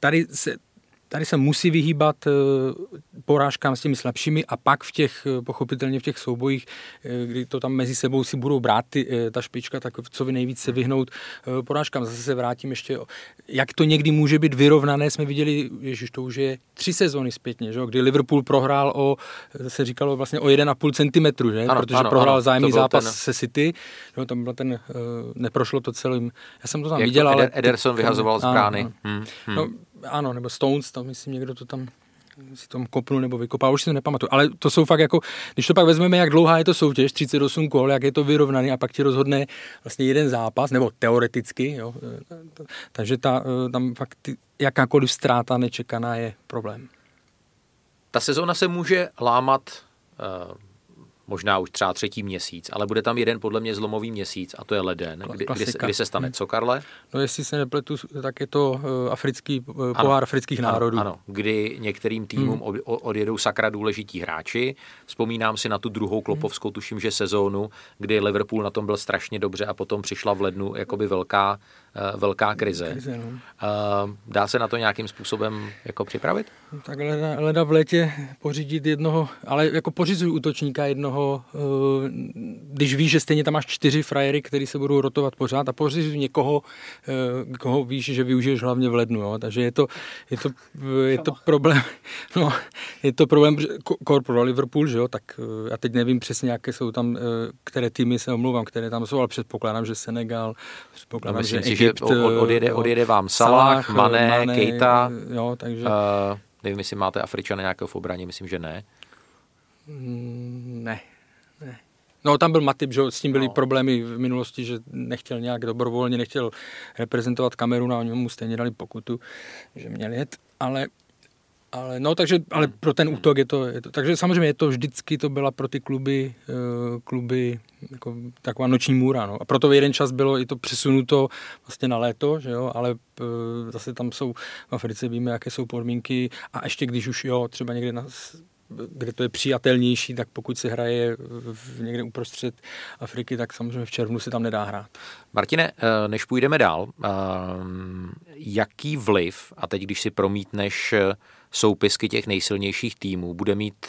[SPEAKER 5] Tady se musí vyhýbat porážkám s těmi slabšími a pak pochopitelně v těch soubojích, kdy to tam mezi sebou si budou brát ta špička, tak co vy nejvíc se vyhnout porážkám. Zase se vrátím ještě, jak to někdy může být vyrovnané, jsme viděli, to už je 3 sezóny zpětně, že? Kdy Liverpool prohrál se říkalo vlastně o 1,5 centimetru, že? Protože prohrál vzájemný zápas se City, no, tam byl neprošlo to celým, já jsem to tam viděl, ale...
[SPEAKER 3] Ederson vyhazoval z brány.
[SPEAKER 5] No, ano, nebo Stones, tam myslím někdo to tam si tom kopnul nebo vykopal, už si to nepamatuju. Ale to jsou fakt jako, když to pak vezmeme, jak dlouhá je to soutěž, 38 kol, jak je to vyrovnaný a pak ti rozhodne vlastně jeden zápas, nebo teoreticky, jo. Takže tam fakt jakákoliv ztráta nečekaná je problém.
[SPEAKER 3] Ta sezóna se může lámat možná už třeba 3. měsíc, ale bude tam jeden podle mě zlomový měsíc a to je leden. Kdy se stane co, Karle?
[SPEAKER 5] No jestli se nepletu, tak je to pohár afrických národů.
[SPEAKER 3] Ano, kdy některým týmům odjedou sakra důležití hráči. Vzpomínám si na tu druhou klopovskou, tuším, že sezónu, kdy Liverpool na tom byl strašně dobře a potom přišla v lednu jakoby velká krize. Dá se na to nějakým způsobem jako připravit?
[SPEAKER 5] Tak leda v létě pořídit jednoho, ale jako pořizuj útočníka jednoho, když víš, že stejně tam máš 4 frajery, který se budou rotovat pořád a pořizuj někoho, koho víš, že využiješ hlavně v lednu. Jo? Takže je to problém. No, je to problém pro Liverpool, že jo? Tak já teď nevím přesně, jaké jsou tam, které týmy se omlouvám, které tam jsou, ale předpokládám, že Senegal, předpokládám, že Egypt,
[SPEAKER 3] odjede vám Salah, Mané, Keita.
[SPEAKER 5] Jo, takže...
[SPEAKER 3] Nevím, jestli máte Afričana nějakého v obraně, myslím, že ne.
[SPEAKER 5] Ne. No tam byl Matip, že s tím byly problémy v minulosti, že nechtěl nějak dobrovolně, nechtěl reprezentovat Kamerun a oni mu stejně dali pokutu, že měl jet, ale pro ten útok je to, takže samozřejmě je to vždycky, to byla pro ty kluby jako taková noční můra, no. A proto jeden čas bylo i to přesunuto vlastně na léto, že jo, ale zase tam jsou, v Africe víme, jaké jsou podmínky a ještě když už třeba někde kde to je přijatelnější, tak pokud se hraje někde uprostřed Afriky, tak samozřejmě v červnu se tam nedá hrát.
[SPEAKER 3] Martine, než půjdeme dál, jaký vliv, a teď když si promítneš soupisky těch nejsilnějších týmů, bude mít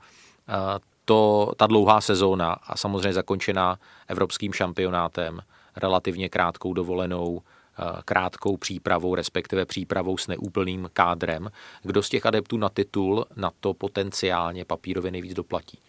[SPEAKER 3] ta dlouhá sezóna a samozřejmě zakončená evropským šampionátem, relativně krátkou dovolenou, krátkou přípravou, respektive přípravou s neúplným kádrem. Kdo z těch adeptů na titul na to potenciálně papírově nejvíc doplatí?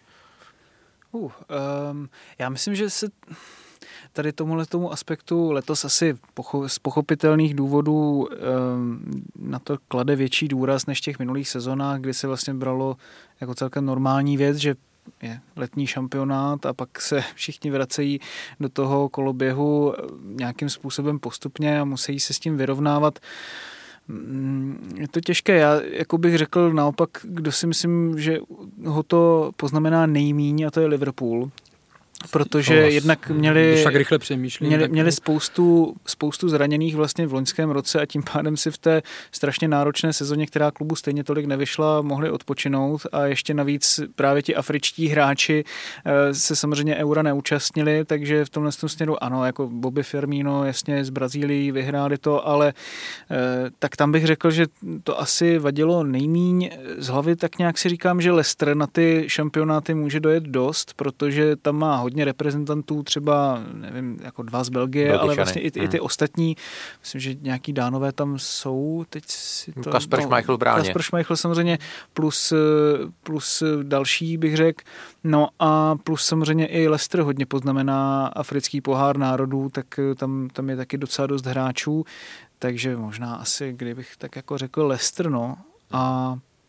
[SPEAKER 6] Já myslím, že se tady tomu aspektu letos asi z pochopitelných důvodů na to klade větší důraz než v těch minulých sezonách, kdy se vlastně bralo jako celkem normální věc, že je letní šampionát a pak se všichni vracejí do toho koloběhu nějakým způsobem postupně a musí se s tím vyrovnávat. Je to těžké. Já jako bych řekl naopak, kdo si myslím, že ho to poznamená nejmíň, a to je Liverpool. Protože jednak měli spoustu zraněných vlastně v loňském roce a tím pádem si v té strašně náročné sezóně, která klubu stejně tolik nevyšla, mohli odpočinout a ještě navíc právě ti afričtí hráči se samozřejmě Eura neúčastnili, takže v tomhle směru ano, jako Bobby Firmino jasně z Brazílii vyhráli to, ale tak tam bych řekl, že to asi vadilo nejmíň z hlavy, tak nějak si říkám, že Leicester na ty šampionáty může dojet dost, protože tam má hodně reprezentantů, třeba, nevím, jako 2 z Belgie, ale vlastně i ty ostatní, myslím, že nějaký Dánové tam jsou, teď si to...
[SPEAKER 3] Kasper Schmeichel v bráně.
[SPEAKER 6] Kasper Schmeichel samozřejmě, plus další, bych řekl. No a plus samozřejmě i Leicester hodně poznamená africký pohár národů, tak tam je taky docela dost hráčů, takže možná asi, kdybych tak jako řekl Leicester, no. A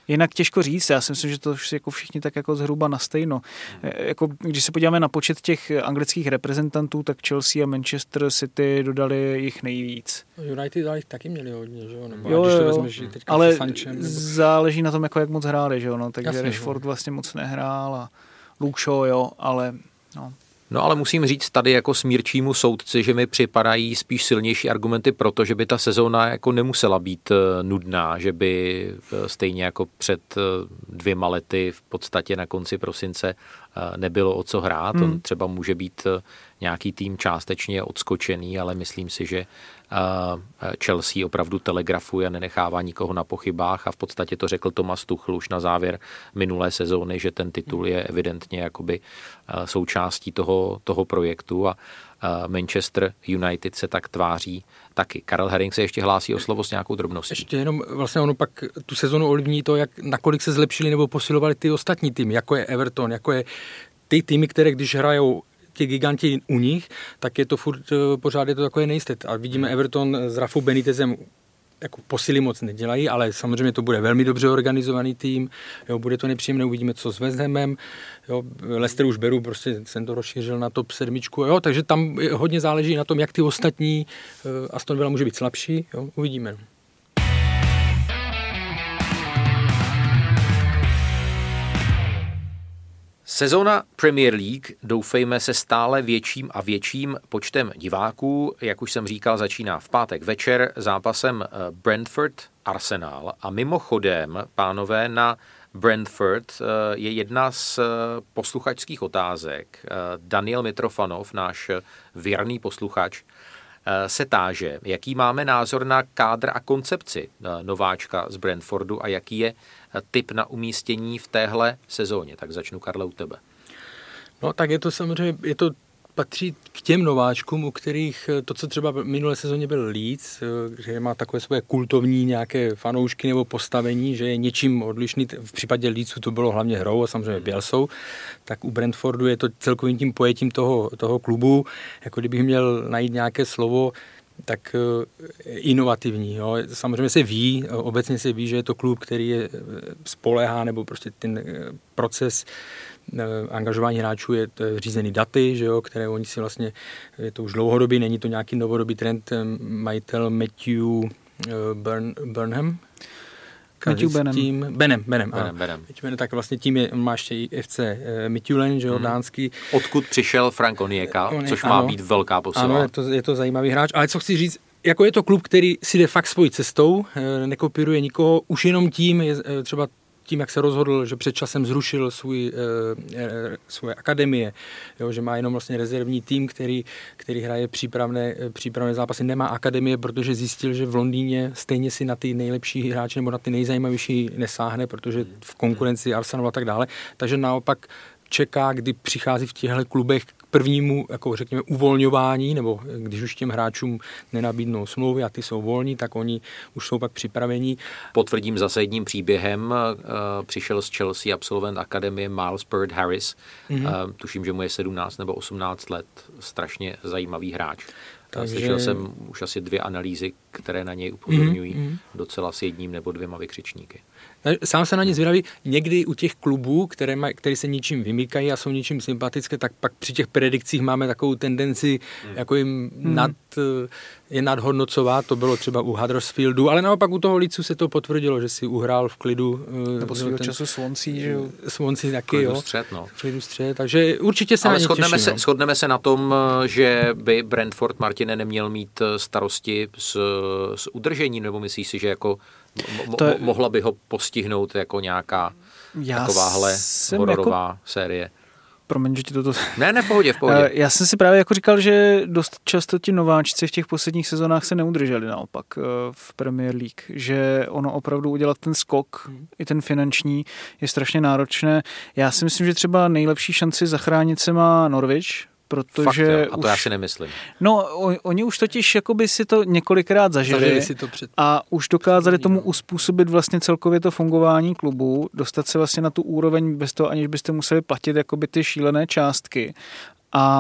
[SPEAKER 6] jinak těžko říct. Já si myslím, že to jako všichni tak jako zhruba na stejno. Jako, když se podíváme na počet těch anglických reprezentantů, tak Chelsea a Manchester City dodali jich nejvíc.
[SPEAKER 5] United ale taky měli hodně, že jo? Nebo
[SPEAKER 6] jo,
[SPEAKER 5] když to vezmeš teďka
[SPEAKER 6] ale
[SPEAKER 5] Sanchem, nebo...
[SPEAKER 6] záleží na tom, jako jak moc hráli, že jo? No, takže
[SPEAKER 5] jasně,
[SPEAKER 6] Rashford vlastně moc nehrál a Luke Shaw, jo, ale no.
[SPEAKER 3] No ale musím říct tady jako smírčímu soudci, že mi připadají spíš silnější argumenty pro to, že by ta sezóna jako nemusela být nudná, že by stejně jako před 2 lety v podstatě na konci prosince nebylo o co hrát. On třeba může být nějaký tým částečně odskočený, ale myslím si, že Chelsea opravdu telegrafuje a nenechává nikoho na pochybách a v podstatě to řekl Thomas Tuchel už na závěr minulé sezóny, že ten titul je evidentně jakoby součástí toho projektu a Manchester United se tak tváří taky. Karel Herring se ještě hlásí o slovo s nějakou drobností.
[SPEAKER 5] Ještě jenom vlastně ono pak tu sezonu ovlivní to, jak nakolik se zlepšili nebo posilovali ty ostatní týmy, jako je Everton, jako je ty týmy, které když hrajou ti giganti u nich, tak je to furt pořád je to takové nejisté. A vidíme Everton s Rafou Benitezem jako posily moc nedělají, ale samozřejmě to bude velmi dobře organizovaný tým, jo, bude to nepříjemné, uvidíme, co s West Hamem, jo, Leicester už beru, prostě jsem to rozšířil na top 7, jo, takže tam hodně záleží na tom, jak ty ostatní, Aston Villa může být slabší, jo, uvidíme.
[SPEAKER 3] Sezóna Premier League, doufejme, se stále větším a větším počtem diváků. Jak už jsem říkal, začíná v pátek večer zápasem Brentford-Arsenal. A mimochodem, pánové, na Brentford je jedna z posluchačských otázek. Daniel Mitrofanov, náš věrný posluchač, se táže, jaký máme názor na kádr a koncepci nováčka z Brentfordu a jaký je tip na umístění v téhle sezóně. Tak začnu, Karle, u tebe.
[SPEAKER 5] No tak je to samozřejmě, patří k těm nováčkům, u kterých to, co třeba minulé sezóně byl Leeds, že má takové svoje kultovní nějaké fanoušky nebo postavení, že je něčím odlišný. V případě Leedsu to bylo hlavně hrou a samozřejmě Bielsou, tak u Brentfordu je to celkovým tím pojetím toho klubu, jako kdybych měl najít nějaké slovo, tak inovativní. Jo. Samozřejmě se ví, obecně se ví, že je to klub, který je spoléhá, nebo prostě ten proces angažování hráčů je řízený daty, že jo, které oni si vlastně, je to už dlouhodobý, není to nějaký novodobý trend, majitel Matthew Burnham. Benem. Tak vlastně tím má ještě i FC Midtjylland, že jo, dánský.
[SPEAKER 3] Odkud přišel Frank Onyeka, což má být velká posila.
[SPEAKER 5] Ano, je to zajímavý hráč, ale co chci říct, jako je to klub, který si jde fakt svojí cestou, nekopíruje nikoho, už jenom tím, třeba tím, jak se rozhodl, že před časem zrušil svoje akademie, jo, že má jenom vlastně rezervní tým, který hraje přípravné zápasy, nemá akademie, protože zjistil, že v Londýně stejně si na ty nejlepší hráče nebo na ty nejzajímavější nesáhne, protože v konkurenci Arsenalu a tak dále. Takže naopak čeká, kdy přichází v těchto klubech k prvnímu, jako řekněme, uvolňování, nebo když už těm hráčům nenabídnou smlouvy a ty jsou volní, tak oni už jsou pak připraveni.
[SPEAKER 3] Potvrdím zase jedním příběhem. Přišel z Chelsea absolvent akademie Miles Bird Harris. Tuším, že mu je 17 nebo 18 let. Strašně zajímavý hráč. Takže... Slyšel jsem už asi 2 analýzy, které na něj upozorňují docela s 1 nebo 2 vykřičníky.
[SPEAKER 5] Sám se na ně zvědavý. Někdy u těch klubů, které se ničím vymykají a jsou ničím sympatické, tak pak při těch predikcích máme takovou tendenci jako jim nadhodnocovat. To bylo třeba u Huddersfieldu, ale naopak u toho Leedsu se to potvrdilo, že si uhrál v klidu.
[SPEAKER 6] Nebo svého času Swansea, že jo?
[SPEAKER 5] Swansea taky, jo.
[SPEAKER 3] V
[SPEAKER 5] klidu střed, takže určitě se
[SPEAKER 3] ale
[SPEAKER 5] na ně těším.
[SPEAKER 3] Shodneme se na tom, že by Brentford, Martine, neměl mít starosti s udržením, nebo myslíš si, že jako mohla by ho postihnout jako nějaká takováhle hororová série?
[SPEAKER 6] Promiň, že ti toto...
[SPEAKER 3] Ne, v pohodě.
[SPEAKER 6] Já jsem si právě jako říkal, že dost často ti nováčci v těch posledních sezónách se neudrželi naopak v Premier League, že ono opravdu udělat ten skok, i ten finanční, je strašně náročné. Já si myslím, že třeba nejlepší šanci zachránit se má Norwich, protože
[SPEAKER 3] fakt, a to já si nemyslím.
[SPEAKER 6] No, oni už totiž jakoby si to několikrát zažili a už dokázali tomu uspůsobit vlastně celkově to fungování klubu, dostat se vlastně na tu úroveň bez toho, aniž byste museli platit jakoby ty šílené částky. A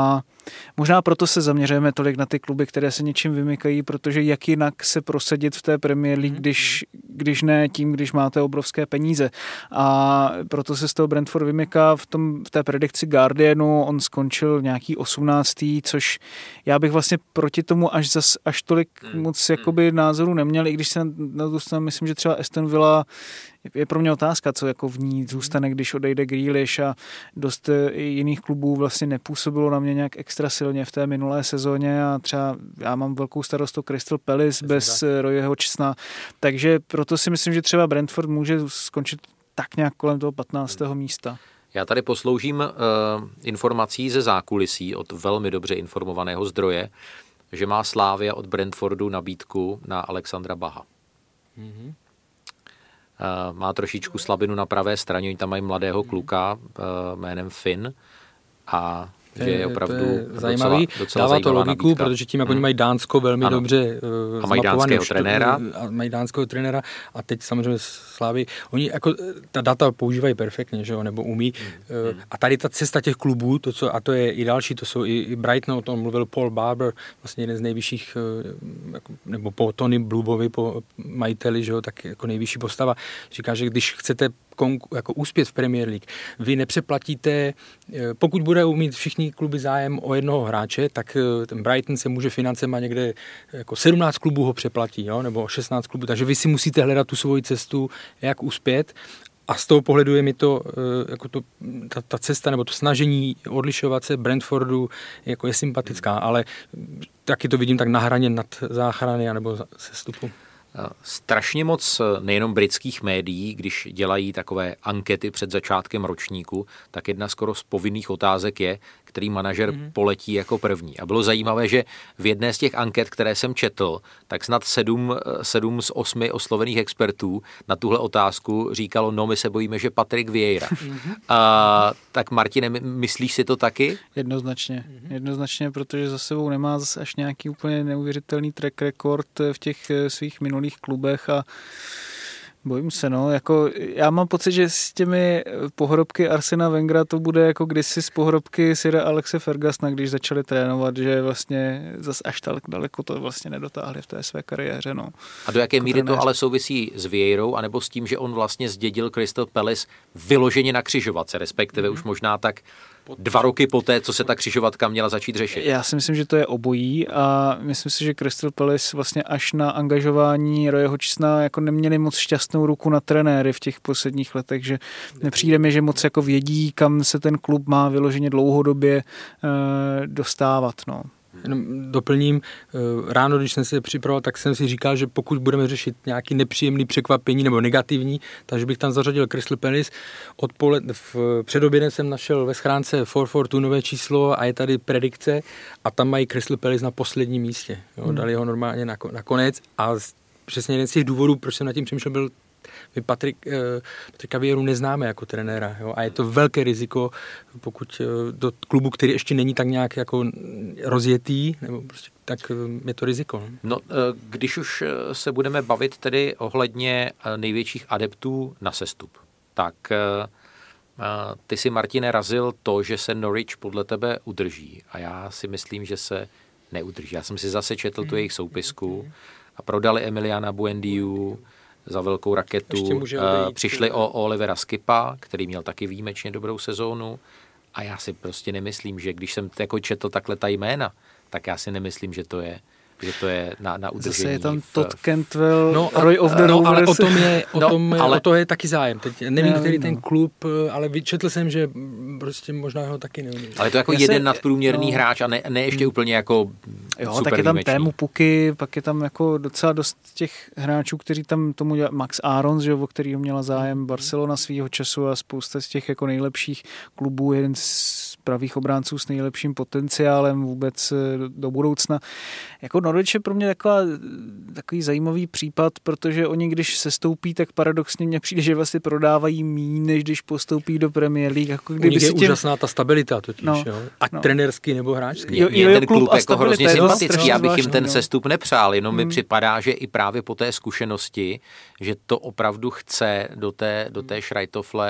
[SPEAKER 6] možná proto se zaměřujeme tolik na ty kluby, které se něčím vymykají, protože jak jinak se prosadit v té Premier League, když ne tím, když máte obrovské peníze. A proto se z toho Brentford vymyká v té predikci Guardianu, on skončil nějaký 18. což já bych vlastně proti tomu až tolik moc jakoby názoru neměl, i když se na to stranu myslím, že třeba Aston Villa je pro mě otázka, co jako v ní zůstane, když odejde Grealish a dost jiných klubů vlastně nepůsobilo na mě nějak extra silně v té minulé sezóně a třeba já mám velkou starost o Crystal Palace bez Royho Hodgsona, takže proto si myslím, že třeba Brentford může skončit tak nějak kolem toho 15. místa.
[SPEAKER 3] Já tady posloužím informací ze zákulisí od velmi dobře informovaného zdroje, že má Slavia od Brentfordu nabídku na Alexandra Baha. Má trošičku slabinu na pravé straně, oni tam mají mladého kluka jménem Finn a že je opravdu
[SPEAKER 5] zajímavý.
[SPEAKER 3] Docela
[SPEAKER 5] dává to logiku,
[SPEAKER 3] nabídka.
[SPEAKER 5] Protože tím, jak oni mají Dánsko velmi dobře
[SPEAKER 3] a mají dánského trenéra.
[SPEAKER 5] A mají dánského trenéra a teď samozřejmě Slávy. Oni jako ta data používají perfektně, že jo, nebo umí. A tady ta cesta těch klubů, a to je i další, to jsou i Brighton, o tom mluvil Paul Barber, vlastně jeden z nejvyšších, nebo po Tony Bluebovi, po majiteli, že jo, tak jako nejvyšší postava. Říká, že když chcete jako úspět v Premier League. Vy nepřeplatíte, pokud bude mít všichni kluby zájem o jednoho hráče, tak ten Brighton se může financema někde jako 17 klubů ho přeplatí, jo, nebo 16 klubů, takže vy si musíte hledat tu svoji cestu, jak uspět. A z toho pohledu je mi to, jako ta cesta nebo to snažení odlišovat se Brentfordu jako je sympatická, ale taky to vidím tak na hraně nad záchrany nebo sestupu.
[SPEAKER 3] Strašně moc nejenom britských médií, když dělají takové ankety před začátkem ročníku, tak jedna skoro z povinných otázek je, který manažer poletí jako první. A bylo zajímavé, že v jedné z těch anket, které jsem četl, tak snad 7 z 8 oslovených expertů na tuhle otázku říkalo, no my se bojíme, že Patrick Vieira. Tak Martine, myslíš si to taky?
[SPEAKER 6] Jednoznačně, protože za sebou nemá zase až nějaký úplně neuvěřitelný track record v těch svých minulých klubech a bojím se, jako já mám pocit, že s těmi pohrobky Arsena Wengera to bude jako kdysi z pohrobky Sira Alexe Fergusona, když začali trénovat, že vlastně zas až tak daleko to vlastně nedotáhli v té své kariéře,
[SPEAKER 3] A do jaké míry to ale souvisí s Vieirou, anebo s tím, že on vlastně zdědil Crystal Palace vyloženě na křižovatce, respektive už možná tak 2 roky poté, co se ta křižovatka měla začít řešit?
[SPEAKER 6] Já si myslím, že to je obojí a myslím si, že Crystal Palace vlastně až na angažování Royho Hodgsona jako neměli moc šťastnou ruku na trenéry v těch posledních letech, že nepřijde mi, že moc jako vědí, kam se ten klub má vyloženě dlouhodobě dostávat,
[SPEAKER 5] Jenom doplním, ráno, když jsem se připravoval, tak jsem si říkal, že pokud budeme řešit nějaký nepříjemný překvapení nebo negativní, takže bych tam zařadil Crystal Palace. Před obědem jsem našel ve schránce 442 nové číslo a je tady predikce a tam mají Crystal Palace na posledním místě. Jo, dali ho normálně na konec a přesně jeden z těch důvodů, proč jsem nad tím přemýšlel, byl my Patricka Vieiru neznáme jako trenéra, jo? A je to velké riziko, pokud do klubu, který ještě není tak nějak jako rozjetý, nebo prostě, tak je to riziko.
[SPEAKER 3] Když už se budeme bavit tedy ohledně největších adeptů na sestup, tak ty si, Martine, razil to, že se Norwich podle tebe udrží a já si myslím, že se neudrží. Já jsem si zase četl tu jejich soupisku a prodali Emiliana Buendiu za velkou raketu. Přišli o Olivera Skipa, který měl taky výjimečně dobrou sezónu a já si prostě nemyslím, že když jsem jako četl takhle ta jména, tak já si nemyslím, že to je na udržení. Zase
[SPEAKER 6] je tam Todd Cantwell, Roy of the Rovers.
[SPEAKER 5] Ale o to je taky zájem. Teď nevím, který ten klub, ale vyčetl jsem, že prostě možná ho taky neumí.
[SPEAKER 3] Ale to jako jeden nadprůměrný hráč a ne ještě úplně jako super
[SPEAKER 6] tak je tam
[SPEAKER 3] výjimečný.
[SPEAKER 6] Tému Puky, pak je tam jako docela dost těch hráčů, kteří tam tomu dělá Max Arons, že, o kterýho měla zájem Barcelona svýho času a spousta z těch jako nejlepších klubů, jeden z pravých obránců s nejlepším potenciálem vůbec do budoucna. Jako Norwich je pro mě takový zajímavý případ, protože oni, když sestoupí, tak paradoxně mně přijde, že vlastně prodávají míň, než když postoupí do Premier League. Jako
[SPEAKER 5] kdyby je úžasná ta stabilita totiž, jo? Ať trenerský nebo hráčský.
[SPEAKER 3] Je ten klub jako hrozně sympatický, já bych jim ten sestup nepřál, jenom mi připadá, že i právě po té zkušenosti, že to opravdu chce do té šrajtofle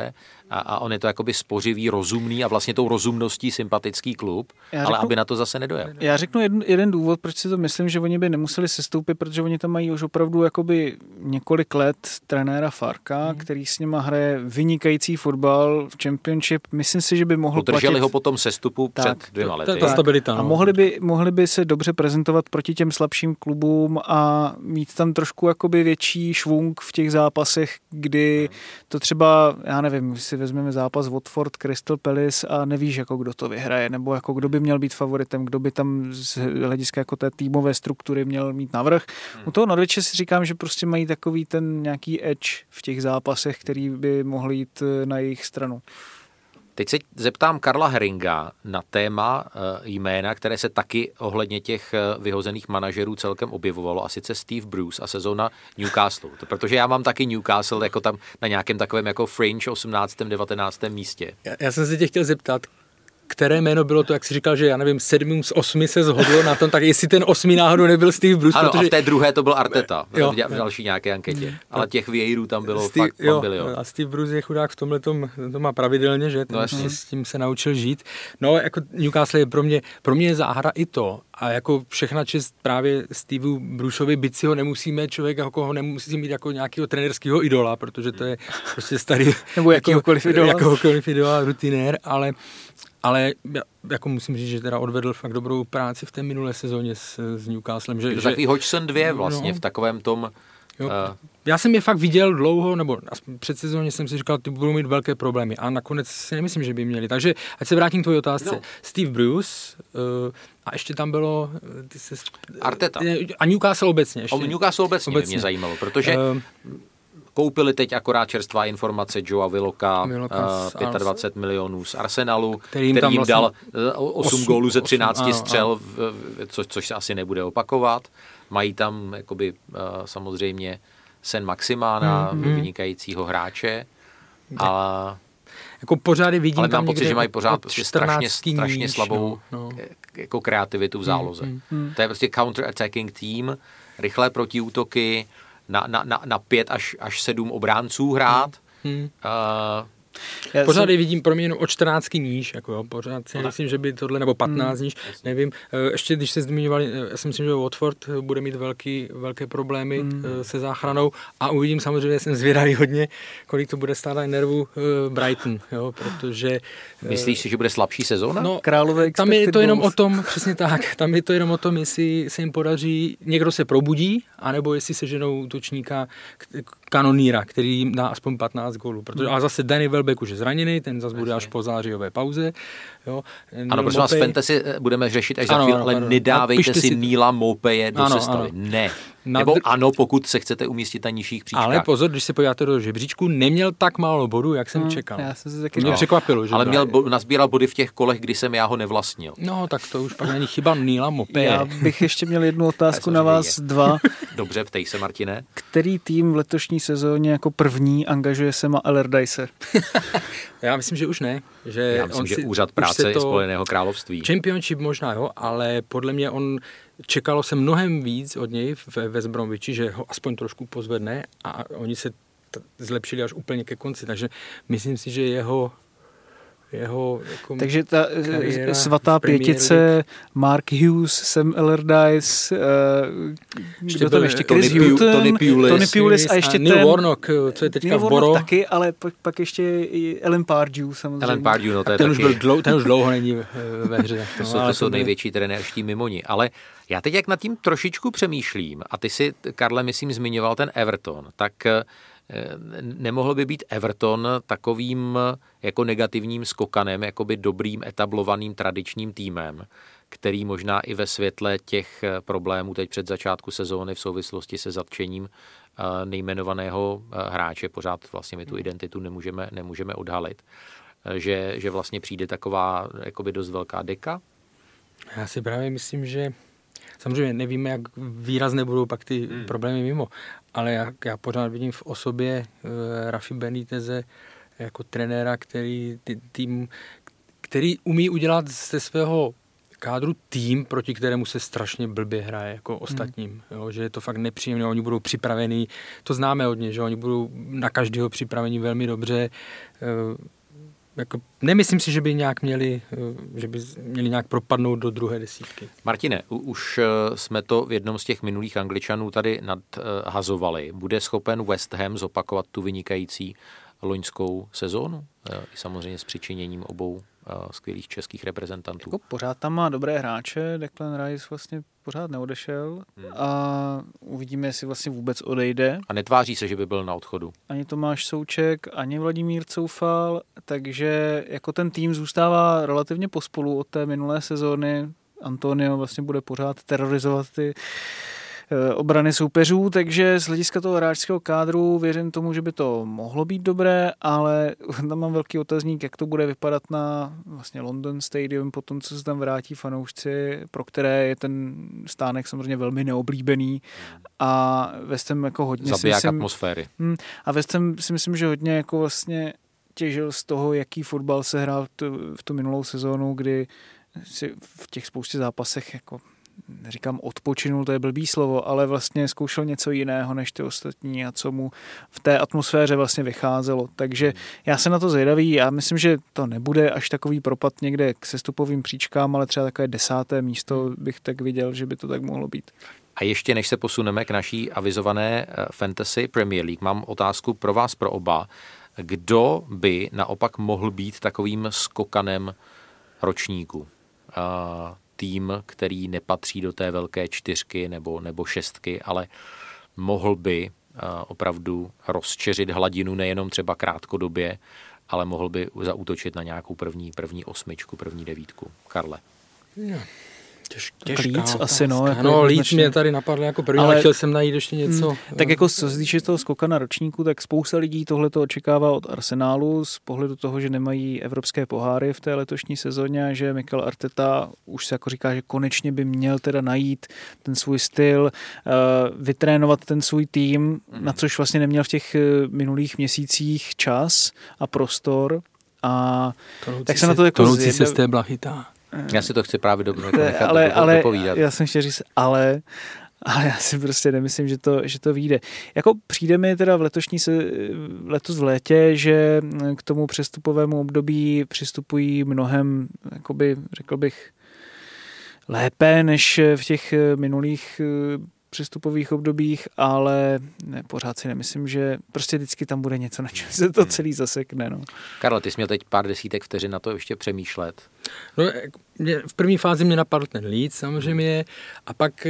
[SPEAKER 3] a on je to jakoby spořivý, rozumný a vlastně tou rozumností sympatický klub, ale aby na to zase nedojel.
[SPEAKER 6] Já řeknu jeden důvod, proč si to myslím, že oni by nemuseli sestoupit, protože oni tam mají už opravdu jakoby několik let trenéra Farka, který s nima hraje vynikající fotbal v Championship. Myslím si, že by mohl
[SPEAKER 3] udrželi ho potom sestupu před 2 lety.
[SPEAKER 5] Ta stabilita.
[SPEAKER 6] A mohli by se dobře prezentovat proti těm slabším klubům a mít tam trošku jakoby větší švung v těch zápasech, kdy to třeba, já nevím, si vezmeme zápas Watford, Crystal Palace a nevíš, jako kdo to vyhraje, nebo jako kdo by měl být favoritem, kdo by tam z hlediska jako té týmové struktury měl mít navrch. U toho Norwiche si říkám, že prostě mají takový ten nějaký edge v těch zápasech, který by mohl jít na jejich stranu.
[SPEAKER 3] Teď se zeptám Karla Herringa na téma jména, které se taky ohledně těch vyhozených manažerů celkem objevovalo, a sice Steve Bruce a sezóna Newcastle. Protože já mám taky Newcastle jako tam na nějakém takovém jako fringe 18. 19. místě.
[SPEAKER 5] Já jsem se tě chtěl zeptat, které jméno bylo to, jak jsi říkal, že já nevím, 7 z 8 se shodlo na tom, tak jestli ten 8 náhodou nebyl Steve Bruce.
[SPEAKER 3] Ano,
[SPEAKER 5] protože...
[SPEAKER 3] a v té druhé to byl Arteta, v další nějaké anketě. Ale těch Vějrů tam bylo fakt bilion.
[SPEAKER 5] A Steve Bruce je chudák v tomhletom, to má pravidelně, že? S tím se naučil žít. No, jako Newcastle je pro mě je záhra i to. A jako všechna čest právě Steveu Bruceovi, byť si ho nemusíme, člověk jako ho nemusí mít jako nějakého trenerského idola, protože to je prostě starý...
[SPEAKER 6] Nebo jakýhokoliv
[SPEAKER 5] idola, rutinér, ale jako musím říct, že teda odvedl fakt dobrou práci v té minulé sezóně s Newcastlem.
[SPEAKER 3] Že takový Hodgson 2 vlastně v takovém tom...
[SPEAKER 5] Já jsem je fakt viděl dlouho, nebo před sezóně jsem si říkal, ty budou mít velké problémy a nakonec si nemyslím, že by měli. Takže ať se vrátím k tvojí otázce. No. Steve Bruce a ještě tam bylo...
[SPEAKER 3] Arteta.
[SPEAKER 5] A Newcastle obecně.
[SPEAKER 3] Newcastle obecně by mě zajímalo, protože... Koupili teď akorát čerstvá informace Joea Willocka 25 milionů z Arsenalu, který jim vlastně dal 8 gólů ze 13 střel, což se asi nebude opakovat. Mají tam jakoby, samozřejmě Sen Maximána, vynikajícího hráče.
[SPEAKER 5] Jako pořád vidím
[SPEAKER 3] ale
[SPEAKER 5] tam
[SPEAKER 3] mám pocit, že mají pořád strašně slabou jako kreativitu v záloze. To je prostě counter-attacking tým, rychlé protiútoky, na 5 až 7 obránců hrát.
[SPEAKER 5] Pořád vidím pro mě jenom o 14 níž, jako jo, pořád si myslím, že by tohle, nebo 15 níž, nevím. Ještě když se zmiňovali, já si myslím, že Watford bude mít velké problémy se záchranou a uvidím samozřejmě, jsem zvědavý hodně, kolik to bude stát na nervu Brighton, jo, protože...
[SPEAKER 3] Myslíš si, že bude slabší sezóna?
[SPEAKER 5] No, tam je to jenom o tom, přesně tak, tam je to jenom o tom, jestli se jim podaří, někdo se probudí, anebo jestli se ženou útočníka kanoníra, který jim dá aspoň 15 gólů, protože a zase Danny Welbeck už je zraněný, ten zase bude až po zářijové pauze. Jo.
[SPEAKER 3] Ano, prosím vás, fantasy budeme řešit až za chvíli, ale nedávejte si Neila Maupeje do sestavy. Ne. Nebo ano, pokud se chcete umístit na nižších příčkách.
[SPEAKER 5] Ale pozor, když se podíváte do žebříčku, neměl tak málo bodů, jak jsem čekal. Mě překvapilo. Že
[SPEAKER 3] ale nazbíral body v těch kolech, kdy jsem já ho nevlastnil.
[SPEAKER 5] No, tak to už pak není chyba Neila Maupeje.
[SPEAKER 6] Já bych ještě měl jednu otázku na vás dva.
[SPEAKER 3] Dobře, ptej se, Martine.
[SPEAKER 6] Který tým v letošní sezóně jako první angažuje Sama Allardyce?
[SPEAKER 5] Já myslím, že už ne.
[SPEAKER 3] Já myslím, že úřad práce Spojeného království.
[SPEAKER 5] Championship možná, jo, ale podle mě čekalo se mnohem víc od něj ve West Bromwichi, že ho aspoň trošku pozvedne a oni se zlepšili až úplně ke konci, takže myslím si, že jeho jako
[SPEAKER 6] takže ta svatá pětice, Mark Hughes, Sam Allardyce, kdo tam ještě? Chris Hughton, Tony Pulis a ještě
[SPEAKER 5] Neil Warnock, co je teďka v Boro.
[SPEAKER 6] Taky, ale pak ještě i Alan Pardew samozřejmě.
[SPEAKER 3] Alan Pardew, no to je
[SPEAKER 5] ten už dlouho není ve hře.
[SPEAKER 3] To jsou největší trenérští mimoni, ale já teď jak nad tím trošičku přemýšlím a ty si, Karle, myslím, zmiňoval ten Everton, tak nemohl by být Everton takovým jako negativním skokanem, jakoby dobrým etablovaným tradičním týmem, který možná i ve světle těch problémů teď před začátku sezóny v souvislosti se zatčením nejmenovaného hráče, pořád vlastně my tu identitu nemůžeme odhalit, že vlastně přijde taková jakoby dost velká deka?
[SPEAKER 5] Já si právě myslím, že samozřejmě nevíme, jak výrazné budou pak ty problémy mimo, ale já pořád vidím v osobě Rafi Beniteze jako trenéra, který umí udělat ze svého kádru tým, proti kterému se strašně blbě hraje jako ostatním. Jo, že je to fakt nepříjemné, oni budou připravení, to známe od něj, že oni budou na každého připravení velmi dobře. jako nemyslím si, že by měli nějak propadnout do druhé desítky.
[SPEAKER 3] Martine, už jsme to v jednom z těch minulých Angličanů tady nadhazovali. Bude schopen West Ham zopakovat tu vynikající loňskou sezónu? Samozřejmě s přičiněním obou skvělých českých reprezentantů.
[SPEAKER 6] Jako pořád tam má dobré hráče, Declan Rice vlastně pořád neodešel a uvidíme, jestli vlastně vůbec odejde.
[SPEAKER 3] A netváří se, že by byl na odchodu.
[SPEAKER 6] Ani Tomáš Souček, ani Vladimír Coufal, takže jako ten tým zůstává relativně pospolu od té minulé sezóny. Antonio vlastně bude pořád terorizovat ty obrany soupeřů, takže z hlediska toho hráčského kádru věřím tomu, že by to mohlo být dobré, ale tam mám velký otazník, jak to bude vypadat na vlastně London Stadium, potom co se tam vrátí fanoušci, pro které je ten stánek samozřejmě velmi neoblíbený a West Ham jako hodně
[SPEAKER 3] zabiják atmosféry.
[SPEAKER 6] A West Ham si myslím, že hodně jako vlastně těžil z toho, jaký fotbal se hrál v tu minulou sezónu, kdy si v těch spoustě zápasech jako neříkám odpočinul, to je blbý slovo, ale vlastně zkoušel něco jiného než ty ostatní a co mu v té atmosféře vlastně vycházelo. Takže já jsem na to zvědavý, já myslím, že to nebude až takový propad někde k sestupovým příčkám, ale třeba takové 10. místo bych tak viděl, že by to tak mohlo být.
[SPEAKER 3] A ještě než se posuneme k naší avizované Fantasy Premier League, mám otázku pro vás, pro oba. Kdo by naopak mohl být takovým skokanem ročníku? Tým, který nepatří do té velké 4 nebo 6, ale mohl by opravdu rozčeřit hladinu nejenom třeba krátkodobě, ale mohl by zaútočit na nějakou první 8, první 9. Karle.
[SPEAKER 5] Těžká
[SPEAKER 6] Leeds asi, no. Jako
[SPEAKER 5] no, Leeds mě tady napadl jako první, ale chtěl jsem najít ještě něco.
[SPEAKER 6] Tak jako co se týče toho skoka na ročníku, tak spousta lidí tohle to očekává od Arsenálu z pohledu toho, že nemají evropské poháry v té letošní sezóně a že Mikel Arteta už se jako říká, že konečně by měl teda najít ten svůj styl, vytrénovat ten svůj tým, na což vlastně neměl v těch minulých měsících čas a prostor. A tak se na to jako
[SPEAKER 5] se z té blachytá.
[SPEAKER 3] Já si to chci právě
[SPEAKER 6] dopovídat. Já jsem chtěl říct, ale já si prostě nemyslím, že to vyjde. Jako přijde mi teda letos v létě, že k tomu přestupovému období přistupují mnohem, jakoby, řekl bych, lépe než v těch minulých přestupových obdobích, ale pořád si nemyslím, že prostě vždycky tam bude něco, na čem se to celý zasekne. No.
[SPEAKER 3] Karlo, ty jsi měl teď pár desítek vteřin na to ještě přemýšlet.
[SPEAKER 5] No, v první fázi mě napadl ten Leeds samozřejmě a pak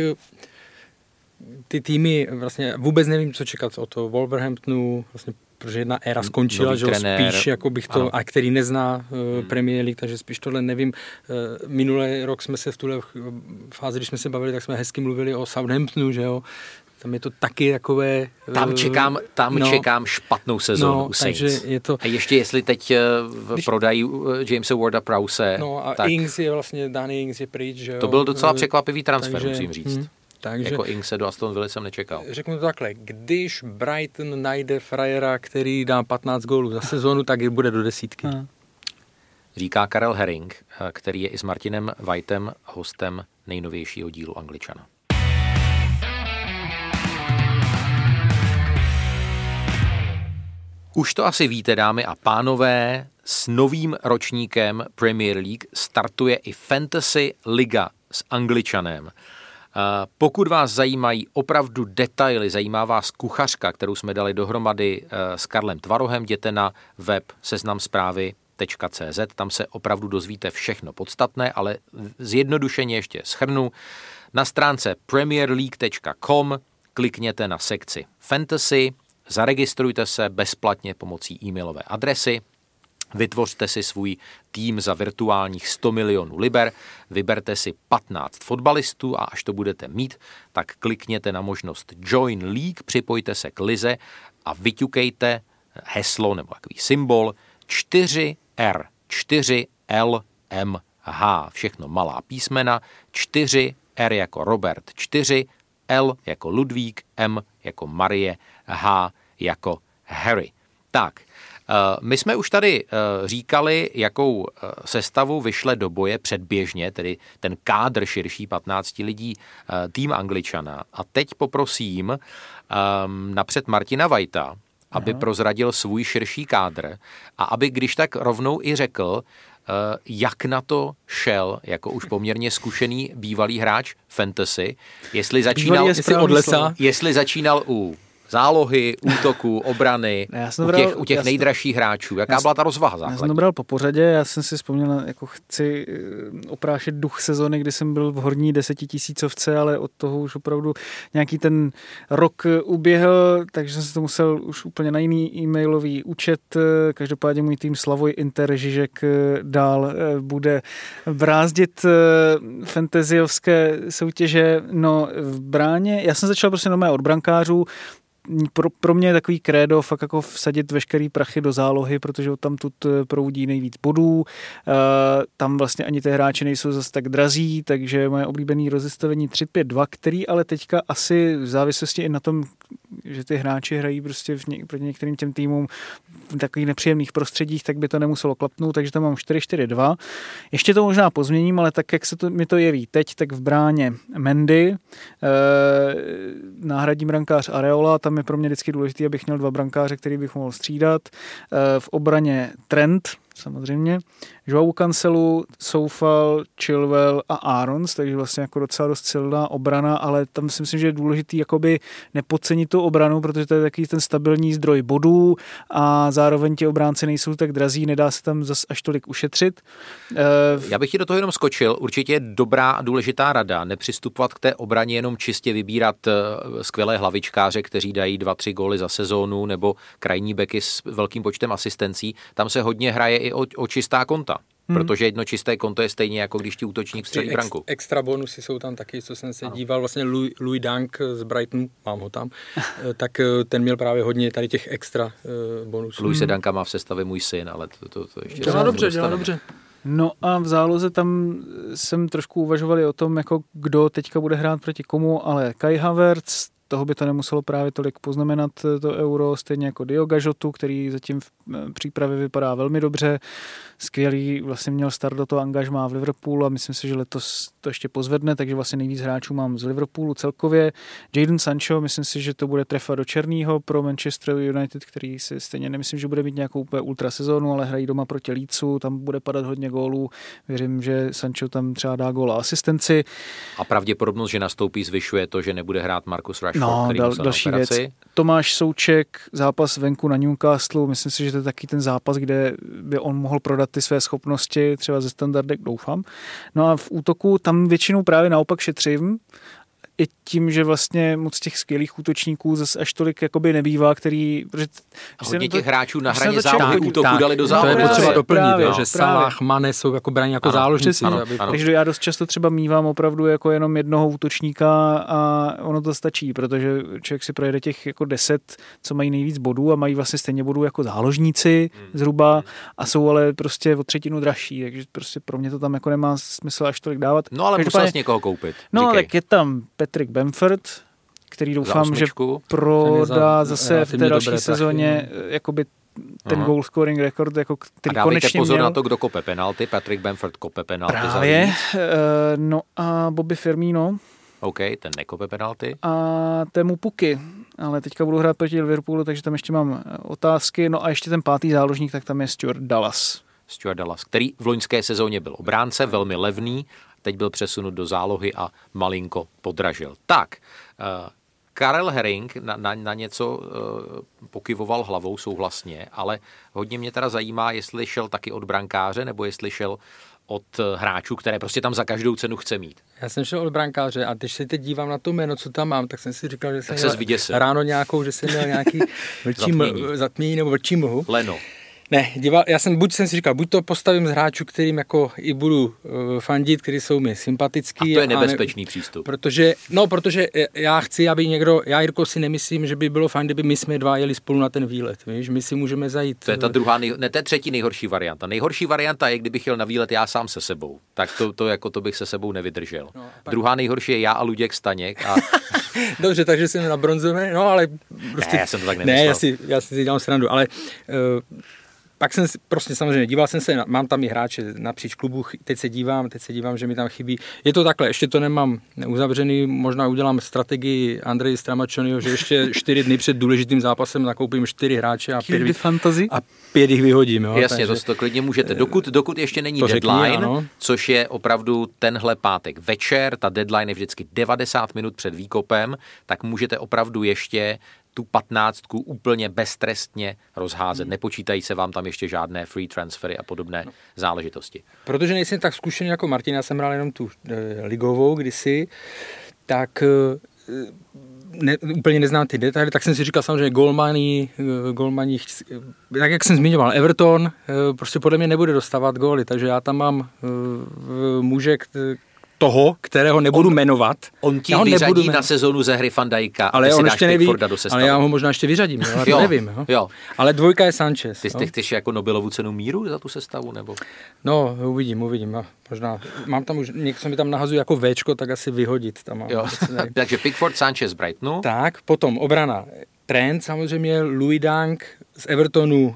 [SPEAKER 5] ty týmy, vlastně vůbec nevím, co čekat od toho Wolverhamptonu, vlastně, protože jedna éra skončila, že spíš jako bych to, a který nezná Premier League, takže spíš tohle nevím. Minulý rok jsme se v tuhle fázi, když jsme se bavili, tak jsme hezky mluvili o Southamptonu, že jo. Tam je to taky takové...
[SPEAKER 3] Tam čekám špatnou sezónu u Saints.
[SPEAKER 5] Takže je to...
[SPEAKER 3] A ještě jestli teď prodají Jamesa Warda-Prowse.
[SPEAKER 5] No a
[SPEAKER 3] tak...
[SPEAKER 5] Ings je vlastně, Danny Ings je pryč, že jo.
[SPEAKER 3] To byl docela překvapivý transfer,
[SPEAKER 5] takže,
[SPEAKER 3] musím říct. Takže, jako Ings se do Aston Villa jsem nečekal.
[SPEAKER 5] Řeknu to takhle, když Brighton najde frajera, který dá 15 gólů za sezónu, tak bude do 10.
[SPEAKER 3] Říká Karel Herring, který je i s Martinem Whitem hostem nejnovějšího dílu Angličana. Už to asi víte, dámy a pánové, s novým ročníkem Premier League startuje i Fantasy Liga s Angličanem. Pokud vás zajímají opravdu detaily, zajímá vás kuchařka, kterou jsme dali dohromady s Karlem Tvarohem, jděte na web seznamsprávy.cz, tam se opravdu dozvíte všechno podstatné, ale zjednodušeně ještě shrnu. Na stránce premierleague.com klikněte na sekci Fantasy, zaregistrujte se bezplatně pomocí e-mailové adresy, vytvořte si svůj tým za virtuálních 100 milionů liber, vyberte si 15 fotbalistů a až to budete mít, tak klikněte na možnost Join League, připojte se k lize a vyťukejte heslo nebo takový symbol 4R, 4LMH, všechno malá písmena, 4R jako Robert 4, L jako Ludvík, M jako Marie, H jako Harry. Tak, my jsme už tady říkali, jakou sestavu vyšle do boje předběžně, tedy ten kádr širší 15 lidí tým Angličana. A teď poprosím napřed Martina Whitea, aby prozradil svůj širší kádr a aby když tak rovnou i řekl, jak na to šel, jako už poměrně zkušený bývalý hráč fantasy, jestli začínal u zálohy, útoku, obrany, u těch nejdražších hráčů. Jaká byla ta rozvaha základní?
[SPEAKER 6] Já jsem to bral po pořadě, já jsem si vzpomněl, jako chci oprášit duch sezony, kdy jsem byl v horní 10 000, ale od toho už opravdu nějaký ten rok uběhl, takže jsem si to musel už úplně na jiný e-mailový účet. Každopádně můj tým Slavoj Inter Žižek dál bude brázdit fantasyovské soutěže. No v bráně, já jsem začal prostě normálně od brankářů. Pro mě je takový krédo fakt jako vsadit veškerý prachy do zálohy, protože tam proudí nejvíc bodů. Tam vlastně ani ty hráči nejsou zase tak drazí, takže moje oblíbený rozestavení 3-5-2, který ale teďka asi v závislosti i na tom, že ty hráči hrají prostě proti některým těm týmům v takových nepříjemných prostředích, tak by to nemuselo klapnout, takže tam mám 4-4-2. Ještě to možná pozměním, ale tak, jak mi to jeví teď, tak v bráně Mendy, náhradní brankář Areola, tam je pro mě vždycky důležité, abych měl 2 brankáře, který bych mohl střídat. V obraně Trent, samozřejmě, Joao Cancelu, Soufal, Chilwell a Arons, takže vlastně jako docela dost silná obrana, ale tam si myslím, že je důležitý jakoby nepodcenit tu obranu, protože to je takový ten stabilní zdroj bodů a zároveň ti obránci nejsou tak drazí, nedá se tam zas až tolik ušetřit.
[SPEAKER 3] Já bych ti do toho jenom skočil, určitě je dobrá a důležitá rada, nepřistupovat k té obraně jenom čistě vybírat skvělé hlavičkáře, kteří dají 2-3 góly za sezónu, nebo krajní beky s velkým počtem asistencí. Tam se hodně hraje i o čistá konta. Protože jedno čisté konto je stejně jako když ti útočník střelí branku.
[SPEAKER 5] Extra bonusy jsou tam taky, co jsem se díval, vlastně Louis Dunk z Brightonu, mám ho tam, tak ten měl právě hodně tady těch extra bonusů.
[SPEAKER 3] Louise Dunka má v sestavě můj syn, ale to ještě...
[SPEAKER 5] Dělá dobře.
[SPEAKER 6] No a v záloze tam jsem trošku uvažoval o tom, jako kdo teďka bude hrát proti komu, ale Kai Havertz, toho by to nemuselo právě tolik poznamenat to Euro, stejně jako Diogo Jota, který zatím v přípravě vypadá velmi dobře. Skvělý, vlastně měl start do toho angažmá v Liverpoolu a myslím si, že letos to ještě pozvedne, takže vlastně nejvíc hráčů mám z Liverpoolu celkově. Jadon Sancho, myslím si, že to bude trefa do černého pro Manchester United, který si stejně nemyslím, že bude mít nějakou úplně ultra sezónu, ale hrají doma proti Leedsu, tam bude padat hodně gólů. Věřím, že Sancho tam třeba dá gól a asistenci.
[SPEAKER 3] A pravděpodobnost, že nastoupí, zvyšuje to, že nebude hrát Marcus Rashford, který musel na operaci.
[SPEAKER 6] Věc. Tomáš Souček, zápas venku na Newcastle, myslím si, že to je taky ten zápas, kde by on mohl prodat ty své schopnosti, třeba ze standardek, doufám. No a v útoku tam většinou právě naopak šetřím, i tím, že vlastně moc těch skvělých útočníků zase až tolik jakoby nebývá, který...
[SPEAKER 3] Hodně těch hráčů na hraně zálohy útoku dali do zálohy.
[SPEAKER 5] To je potřeba doplnit, že Salah, Mane jsou jako braní jako záložníci.
[SPEAKER 6] Takže já dost často třeba mívám opravdu jako jenom jednoho útočníka a ono to stačí, protože člověk si projede těch jako 10, co mají nejvíc bodů a mají vlastně stejně bodů jako záložníci zhruba a jsou ale prostě o třetinu dražší, takže prostě pro mě to tam jako nemá smysl až tolik dávat.
[SPEAKER 3] No ale musel jsi někoho koupit.
[SPEAKER 6] No tak je tam Patrick Bamford, který doufám, že prodá zase v té další sezóně jakoby ten goal scoring rekord, jako který konečně
[SPEAKER 3] pozor
[SPEAKER 6] měl.
[SPEAKER 3] na to, kdo kope penalty. Patrick Bamford kope penalty.
[SPEAKER 6] Právě. No a Bobby Firmino.
[SPEAKER 3] OK, ten nekope penalty.
[SPEAKER 6] A Temu Puky. Ale teďka budu hrát proti Liverpoolu, takže tam ještě mám otázky. No a ještě ten 5. záložník, tak tam je Stuart Dallas,
[SPEAKER 3] který v loňské sezóně byl obránce, velmi levný, teď byl přesunut do zálohy a malinko podražil. Tak, Karel Herring na něco pokyvoval hlavou souhlasně, ale hodně mě teda zajímá, jestli šel taky od brankáře, nebo jestli šel od hráčů, které prostě tam za každou cenu chce mít.
[SPEAKER 5] Já jsem šel od brankáře a když se teď dívám na to jméno, co tam mám, tak jsem si říkal, že jsem
[SPEAKER 3] měl
[SPEAKER 5] ráno nějakou, že jsem měl nějaký zatmění nebo vlčí mlhu.
[SPEAKER 3] Leno.
[SPEAKER 5] Ne, buď jsem si říkal, buď to postavím z hráčů, kterým jako i budu fandit, kteří jsou mi sympatický.
[SPEAKER 3] A to je nebezpečný přístup.
[SPEAKER 5] Protože já chci, aby někdo, já Jirko si nemyslím, že by bylo fajn, kdyby my jsme dva jeli spolu na ten výlet, víš, my si můžeme zajít.
[SPEAKER 3] To je ta druhá, to je třetí nejhorší varianta. Nejhorší varianta je, kdybych jel na výlet já sám se sebou. Tak to bych se sebou nevydržel. No, druhá nejhorší je já a Luděk Staněk. A...
[SPEAKER 5] Dobře, takže jsem na bronzové, no ale prostě...
[SPEAKER 3] Ne, já jsem to tak nemyslel.
[SPEAKER 5] Ne, já si dělám srandu, ale... pak jsem prostě samozřejmě díval jsem se, mám tam i hráče napříč klubu, teď se dívám, že mi tam chybí. Je to takhle, ještě to nemám uzavřený, možná udělám strategii Andreji Stramačonyho, že ještě 4 dny před důležitým zápasem nakoupím 4 hráče a 5 jich vyhodím. Jo?
[SPEAKER 3] Jasně,
[SPEAKER 5] takže,
[SPEAKER 3] to klidně můžete. Dokud ještě není deadline, což je opravdu tenhle pátek večer, ta deadline je vždycky 90 minut před výkopem, tak můžete opravdu ještě tu 15 úplně beztrestně rozházet. Nepočítají se vám tam ještě žádné free transfery a podobné záležitosti.
[SPEAKER 5] Protože nejsem tak zkušený jako Martin, já jsem hrál jenom tu ligovou kdysi, tak úplně neznám ty detaily, tak jsem si říkal samozřejmě golmani, tak jak jsem zmiňoval, Everton prostě podle mě nebude dostávat góly, takže já tam mám muže, toho, kterého nebudu jmenovat.
[SPEAKER 3] On ti vyřadí na sezonu ze hry Van Dijka,
[SPEAKER 5] ale on ještě neví, ale já ho možná ještě vyřadím, jo, já to nevím. Jo. Ale 2 je Sanchez.
[SPEAKER 3] Ty chceš jako Nobelovu cenu míru za tu sestavu, nebo?
[SPEAKER 5] No, uvidím. Možná, mám tam už, někdo mi tam nahazuje jako Včko, tak asi vyhodit. Tam mám,
[SPEAKER 3] takže Pickford, Sanchez, Brightonu.
[SPEAKER 5] Tak, potom obrana. Trent, samozřejmě, Louis Dunk z Evertonu,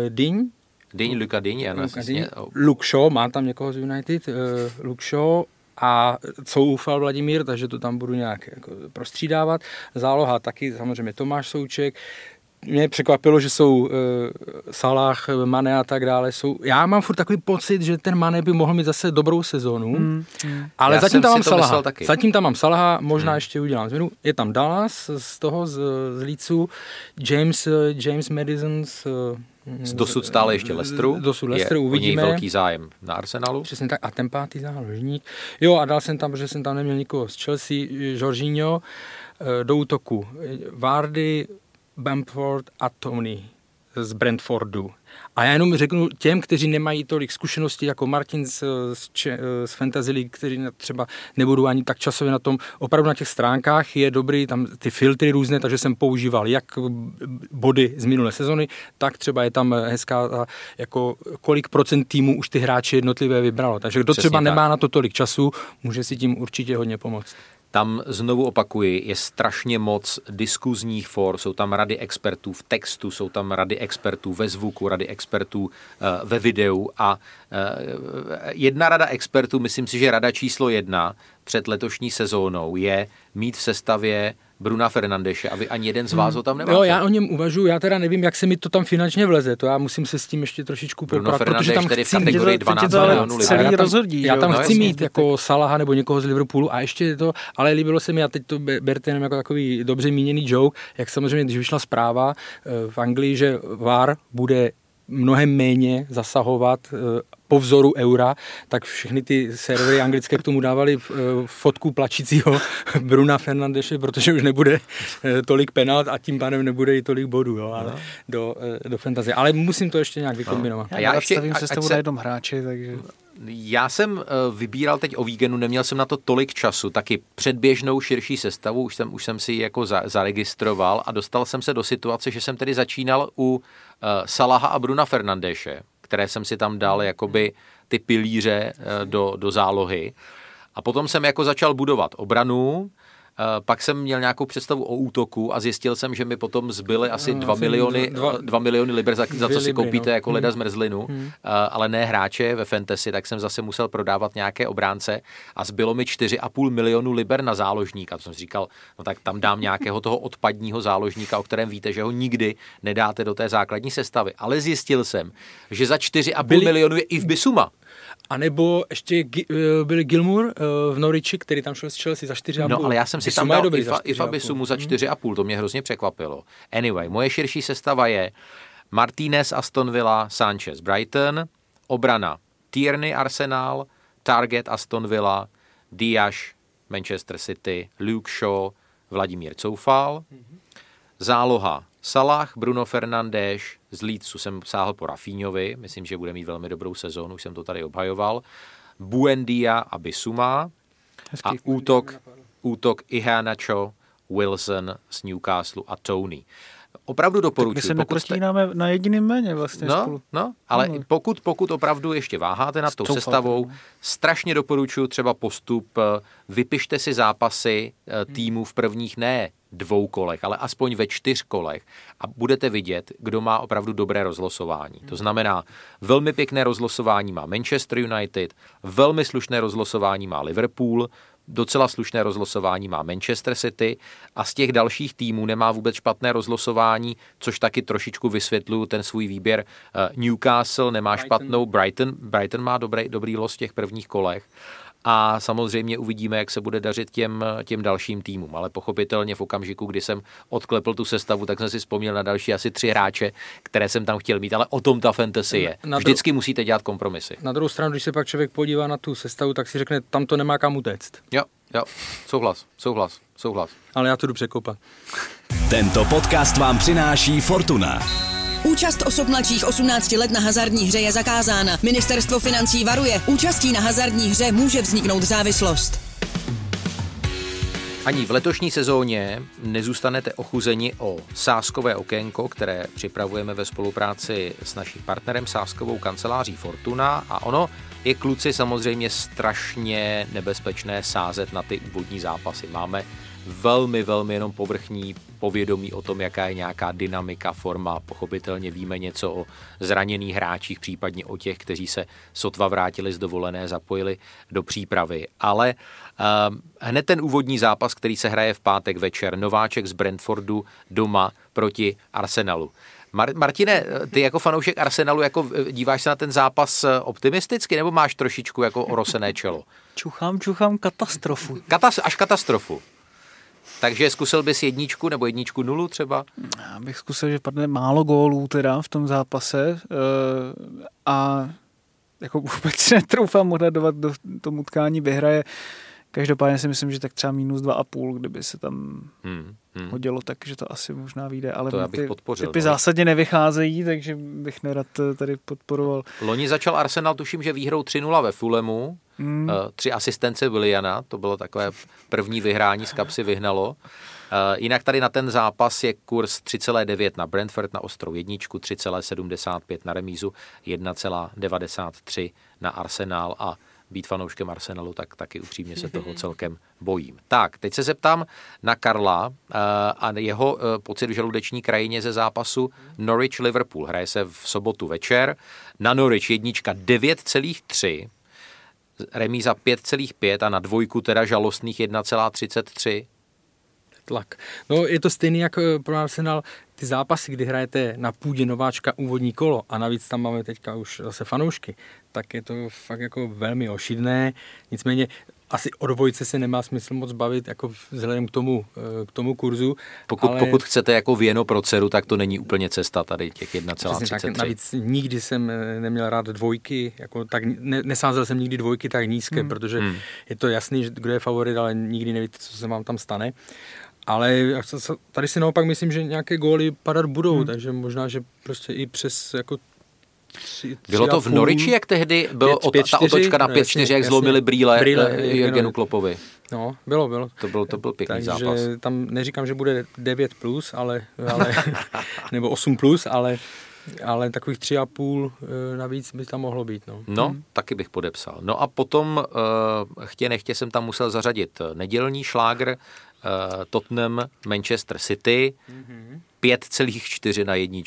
[SPEAKER 3] Luka Digne, ano.
[SPEAKER 5] Luke Shaw, mám tam někoho z United, Luke Shaw, a coufal Vladimír, takže to tam budu nějak jako prostřídávat. Záloha taky samozřejmě Tomáš Souček. Mě překvapilo, že jsou Salah, Mané a tak dále. Já mám furt takový pocit, že ten Mané by mohl mít zase dobrou sezónu, ale zatím tam mám Salaha. Zatím tam mám Salaha, možná ještě udělám změnu. Je tam Dallas z Leedsu, James Madison
[SPEAKER 3] dosud stále ještě Leicesteru.
[SPEAKER 5] Je uvidíme.
[SPEAKER 3] O něj velký zájem na Arsenalu.
[SPEAKER 5] Přesně tak. A ten 5. záložník. Jo, a dal jsem tam, protože jsem tam neměl nikoho z Chelsea, Jorginho, do útoku Vardy, Bamford a Tony z Brentfordu. A já jenom řeknu těm, kteří nemají tolik zkušeností jako Martin z Fantasy League, kteří třeba nebudou ani tak časově na tom, opravdu na těch stránkách je dobrý, tam ty filtry různé, takže jsem používal jak body z minulé sezony, tak třeba je tam hezká, jako kolik procent týmu už ty hráči jednotlivé vybralo. Takže kdo třeba nemá na to tolik času, může si tím určitě hodně pomoct.
[SPEAKER 3] Tam znovu opakuji, je strašně moc diskuzních for, jsou tam rady expertů v textu, jsou tam rady expertů ve zvuku, rady expertů ve videu a jedna rada expertů, myslím si, že rada číslo 1 před letošní sezónou je mít v sestavě Bruna Fernandeše, aby ani jeden z vás ho tam nemáte.
[SPEAKER 5] Jo, já o něm uvažuji, já teda nevím, jak se mi to tam finančně vleze, to já musím se s tím ještě trošičku poprat, protože tam
[SPEAKER 3] chci v kategorii 12 milionů liber.
[SPEAKER 5] Já tam chci mít jako Salaha nebo někoho z Liverpoolu a ještě to, ale líbilo se mi, a teď to berte jenom jako takový dobře míněný joke, jak samozřejmě, když vyšla zpráva v Anglii, že VAR bude mnohem méně zasahovat po vzoru eura, tak všechny ty servery anglické k tomu dávali fotku plačícího Bruna Fernandeše, protože už nebude tolik penalt a tím pádem nebude i tolik bodů, jo, ale do fantasy. Ale musím to ještě nějak vykombinovat.
[SPEAKER 6] Já ještě stavím sestavu na jednom hráči, takže...
[SPEAKER 3] Já jsem vybíral teď o víkendu, neměl jsem na to tolik času, taky předběžnou širší sestavu, už jsem si ji jako zaregistroval a dostal jsem se do situace, že jsem tedy začínal u Salaha a Bruna Fernandeše, které jsem si tam dal jakoby ty pilíře do zálohy. A potom jsem jako začal budovat obranu, pak jsem měl nějakou představu o útoku a zjistil jsem, že mi potom zbyly asi 2 miliony liber, za co si koupíte jako leda zmrzlinu, ale ne hráče ve fantasy, tak jsem zase musel prodávat nějaké obránce a zbylo mi 4,5 milionu liber na záložníka. A jsem si říkal, no tak tam dám nějakého toho odpadního záložníka, o kterém víte, že ho nikdy nedáte do té základní sestavy. Ale zjistil jsem, že za 4,5 milionu je i v Bissouma.
[SPEAKER 5] A nebo ještě byl Gilmour v Norwichi, který tam šel z Chelsea za 4,5.
[SPEAKER 3] No, ale já jsem si tam dal i Bissumu za 4,5, to mě hrozně překvapilo. Anyway, moje širší sestava je Martinez, Aston Villa, Sanchez, Brighton, obrana Tierney, Arsenal, Target, Aston Villa, Diaz, Manchester City, Luke Shaw, Vladimír Coufal, záloha Salah, Bruno Fernandes, z Leedsu jsem sáhl po Rafinhovi, myslím, že bude mít velmi dobrou sezónu, už jsem to tady obhajoval, Buendia a Bissouma a útok Iheanacho, Wilson z Newcastle a Tony. Opravdu doporučuji.
[SPEAKER 6] Tak my se neprostínáme na jediným jméně vlastně spolu.
[SPEAKER 3] No, ale pokud opravdu ještě váháte nad tou sestavou, strašně doporučuji třeba postup, vypište si zápasy týmů v prvních 2 kolech, ale aspoň ve 4 kolech a budete vidět, kdo má opravdu dobré rozlosování. To znamená, velmi pěkné rozlosování má Manchester United, velmi slušné rozlosování má Liverpool, docela slušné rozlosování má Manchester City a z těch dalších týmů nemá vůbec špatné rozlosování, což taky trošičku vysvětluju ten svůj výběr. Newcastle nemá špatnou, Brighton má dobrý los v těch prvních kolech. A samozřejmě uvidíme, jak se bude dařit těm dalším týmům. Ale pochopitelně v okamžiku, kdy jsem odklepl tu sestavu, tak jsem si vzpomněl na další asi 3 hráče, které jsem tam chtěl mít. Ale o tom ta fantasy je. Vždycky musíte dělat kompromisy.
[SPEAKER 5] Na druhou stranu, když se pak člověk podívá na tu sestavu, tak si řekne, tam to nemá kam utéct.
[SPEAKER 3] Jo, souhlas.
[SPEAKER 5] Ale já to jdu překopat.
[SPEAKER 1] Tento podcast vám přináší Fortuna.
[SPEAKER 2] Účast osob mladších 18 let na hazardní hře je zakázána. Ministerstvo financí varuje. Účastí na hazardní hře může vzniknout závislost.
[SPEAKER 3] Ani v letošní sezóně nezůstanete ochuzeni o sázkové okénko, které připravujeme ve spolupráci s naším partnerem sázkovou kanceláří Fortuna a ono je, kluci, samozřejmě strašně nebezpečné sázet na ty úvodní zápasy. Máme velmi jenom povrchní povědomí o tom, jaká je nějaká dynamika, forma. Pochopitelně víme něco o zraněných hráčích, případně o těch, kteří se sotva vrátili z dovolené, zapojili do přípravy. Ale hned ten úvodní zápas, který se hraje v pátek večer, nováček z Brentfordu doma proti Arsenalu. Martine, ty jako fanoušek Arsenalu jako díváš se na ten zápas optimisticky, nebo máš trošičku jako orosené čelo?
[SPEAKER 6] Čuchám katastrofu.
[SPEAKER 3] Až katastrofu. Takže zkusil bys 1 nebo 1-0 třeba?
[SPEAKER 6] Já bych zkusil, že padne málo gólů teda v tom zápase a jako vůbec netroufám odhadovat, do tomu utkání vyhraje. Každopádně si myslím, že tak třeba -2,5, kdyby se tam hodilo, takže to asi možná vyjde, ale
[SPEAKER 3] to ty
[SPEAKER 6] typy zásadně nevycházejí, takže bych nerad tady podporoval.
[SPEAKER 3] Loni začal Arsenal, tuším, že výhrou 3-0 ve Fulhamu, 3 asistence Williana, to bylo takové první vyhrání, z kapsy vyhnalo. Jinak tady na ten zápas je kurz 3,9 na Brentford, na ostrou 1, 3,75 na remízu, 1,93 na Arsenal a být fanouškem Arsenalu, tak taky upřímně se toho celkem bojím. Tak, teď se zeptám na Karla a jeho pocit v žaludeční krajině ze zápasu Norwich-Liverpool. Hraje se v sobotu večer. Na Norwich 1 9,3, remíza 5,5 a na 2 teda žalostných 1,33.
[SPEAKER 5] Tlak. No, je to stejný jako pro Arsenal. Ty zápasy, kdy hrajete na půdě nováčka úvodní kolo a navíc tam máme teďka už zase fanoušky, tak je to fakt jako velmi ošidné. Nicméně asi o 2 se nemá smysl moc bavit jako vzhledem k tomu kurzu.
[SPEAKER 3] Pokud chcete jako věno pro dceru, tak to není úplně cesta tady těch 1,33.
[SPEAKER 5] Navíc nikdy jsem neměl rád 2, jako tak nesázel jsem nikdy 2 tak nízké, protože je to jasný, že kdo je favorit, ale nikdy nevíte, co se vám tam stane. Ale tady si naopak myslím, že nějaké góly padat budou, takže možná, že prostě i přes jako 3,
[SPEAKER 3] bylo to v Norwichi, jak tehdy byla ta otočka na 5-4, jak zlomili brýle Jurgenu Kloppovi.
[SPEAKER 5] No, bylo.
[SPEAKER 3] To byl pěkný zápas.
[SPEAKER 5] Takže tam neříkám, že bude 9+, ale nebo 8+, ale takových 3,5 navíc by tam mohlo být.
[SPEAKER 3] No, taky bych podepsal. No a potom chtě nechtě jsem tam musel zařadit nedělní šlágr Tottenham Manchester City, 5,4 na 1,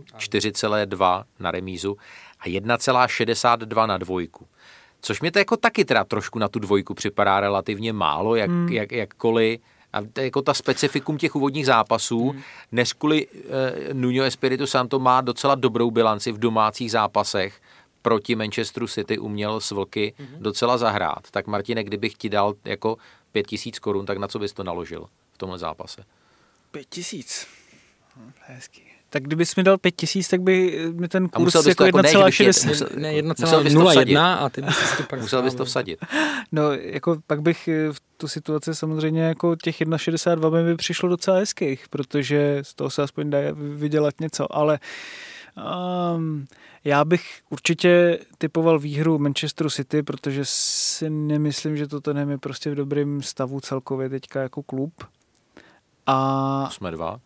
[SPEAKER 3] 4,2 na remízu a 1,62 na 2. Což mě to jako taky teda trošku na tu 2 připadá relativně málo, jakkoliv a jako ta specifikum těch úvodních zápasů, než kvůli Nuno Espiritu Santo má docela dobrou bilanci v domácích zápasech, proti Manchesteru City uměl s Vlky docela zahrát. Tak Martine, kdybych ti dal jako 5 000 korun, tak na co bys to naložil v tomhle zápase?
[SPEAKER 6] 5 000. Hezký. Tak kdybys mi dal 5 000, tak by mi ten kurz
[SPEAKER 3] jako
[SPEAKER 6] 1,60.
[SPEAKER 5] Ne, 1,01 a ty bys to pak
[SPEAKER 3] musel bys to vsadit.
[SPEAKER 6] No, jako pak bych v tu situaci samozřejmě jako těch 1,62 by přišlo docela hezkých, protože z toho se aspoň dá vydělat něco, ale já bych určitě typoval výhru Manchesteru City, protože si nemyslím, že Tottenham je prostě v dobrém stavu celkově teďka jako klub. A
[SPEAKER 3] jsme 2.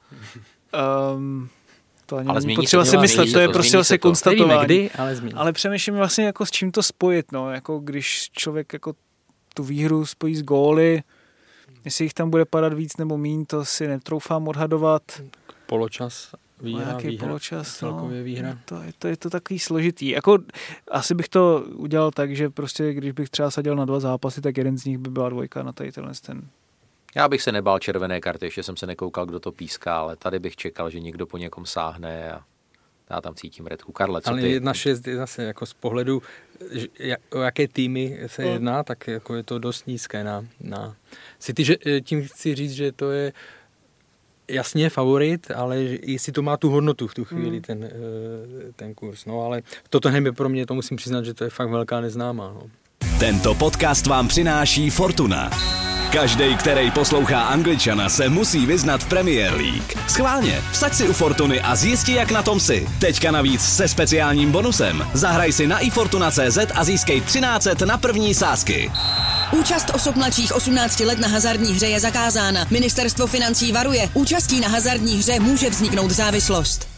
[SPEAKER 6] To ani není potřeba si myslet, to je prostě asi konstatování.
[SPEAKER 5] Kdy,
[SPEAKER 6] ale přemýšlím vlastně jako s čím to spojit, no, jako když člověk jako tu výhru spojí s góly, Jestli jich tam bude padat víc nebo míň, to si netroufám odhadovat.
[SPEAKER 5] Poločas. Výhra,
[SPEAKER 6] poločas,
[SPEAKER 5] celkově výhra.
[SPEAKER 6] Je to takový složitý. Jako, asi bych to udělal tak, že prostě, když bych třeba sadil na 2 zápasy, tak jeden z nich by byla 2 na tady ten.
[SPEAKER 3] Já bych se nebál červené karty, ještě jsem se nekoukal, kdo to píská, ale tady bych čekal, že někdo po někom sáhne a já tam cítím redku. Karle, co ty?
[SPEAKER 5] Ale 1-6 je zase jako z pohledu, o jaké týmy se jedná, tak jako je to dost nízké na City, že tím chci říct, že to je jasně favorit, ale jestli to má tu hodnotu v tu chvíli, ten kurz. No ale Tottenham je pro mě, to musím přiznat, že to je fakt velká neznámá. No.
[SPEAKER 1] Tento podcast vám přináší Fortuna. Každej, který poslouchá Angličana, se musí vyznat v Premier League. Schválně, vsaď si u Fortuny a zjisti, jak na tom si. Teďka navíc se speciálním bonusem. Zahraj si na ifortuna.cz a získej 1300 na první sázky.
[SPEAKER 2] Účast osob mladších 18 let na hazardní hře je zakázána. Ministerstvo financí varuje. Účastí na hazardní hře může vzniknout závislost.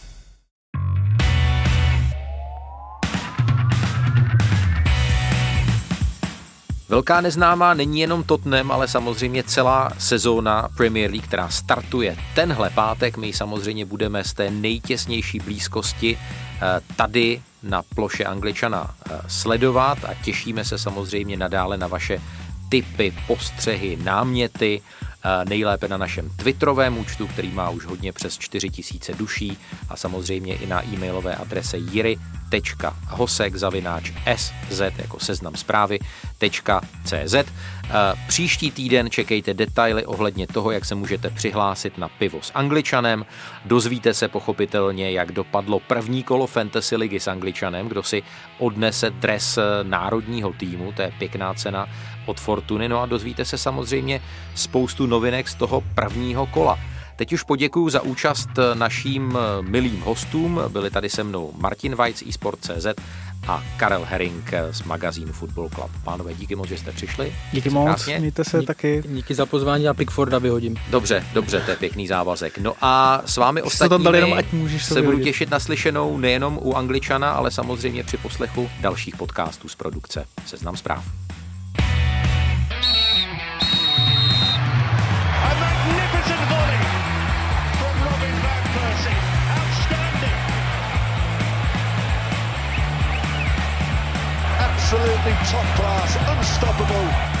[SPEAKER 3] Velká neznámá není jenom Tottenham, ale samozřejmě celá sezóna Premier League, která startuje tenhle pátek. My samozřejmě budeme z té nejtěsnější blízkosti tady na ploše Angličana sledovat a těšíme se samozřejmě nadále na vaše tipy, postřehy, náměty, nejlépe na našem Twitterovém účtu, který má už hodně přes 4000 duší a samozřejmě i na e-mailové adrese jiry.hosek@sz jako seznam zprávy.cz. Příští týden čekejte detaily ohledně toho, jak se můžete přihlásit na pivo s Angličanem. Dozvíte se pochopitelně, jak dopadlo první kolo Fantasy ligy s Angličanem, kdo si odnese dres národního týmu, to je pěkná cena od Fortuny, no a dozvíte se samozřejmě spoustu novinek z toho prvního kola. Teď už poděkuju za účast naším milým hostům. Byli tady se mnou Martin Vajc, eSport.cz a Karel Herring z magazínu Football Club. Pánové, díky moc, že jste přišli.
[SPEAKER 6] Díky moc, mějte se taky.
[SPEAKER 5] Díky za pozvání a Pickforda vyhodím.
[SPEAKER 3] Dobře, to je pěkný závazek. No a s vámi ostatními se budu těšit na slyšenou nejenom u Angličana, ale samozřejmě při poslechu dalších podcastů z produkce Seznam zpráv.
[SPEAKER 4] Absolutely top class, unstoppable.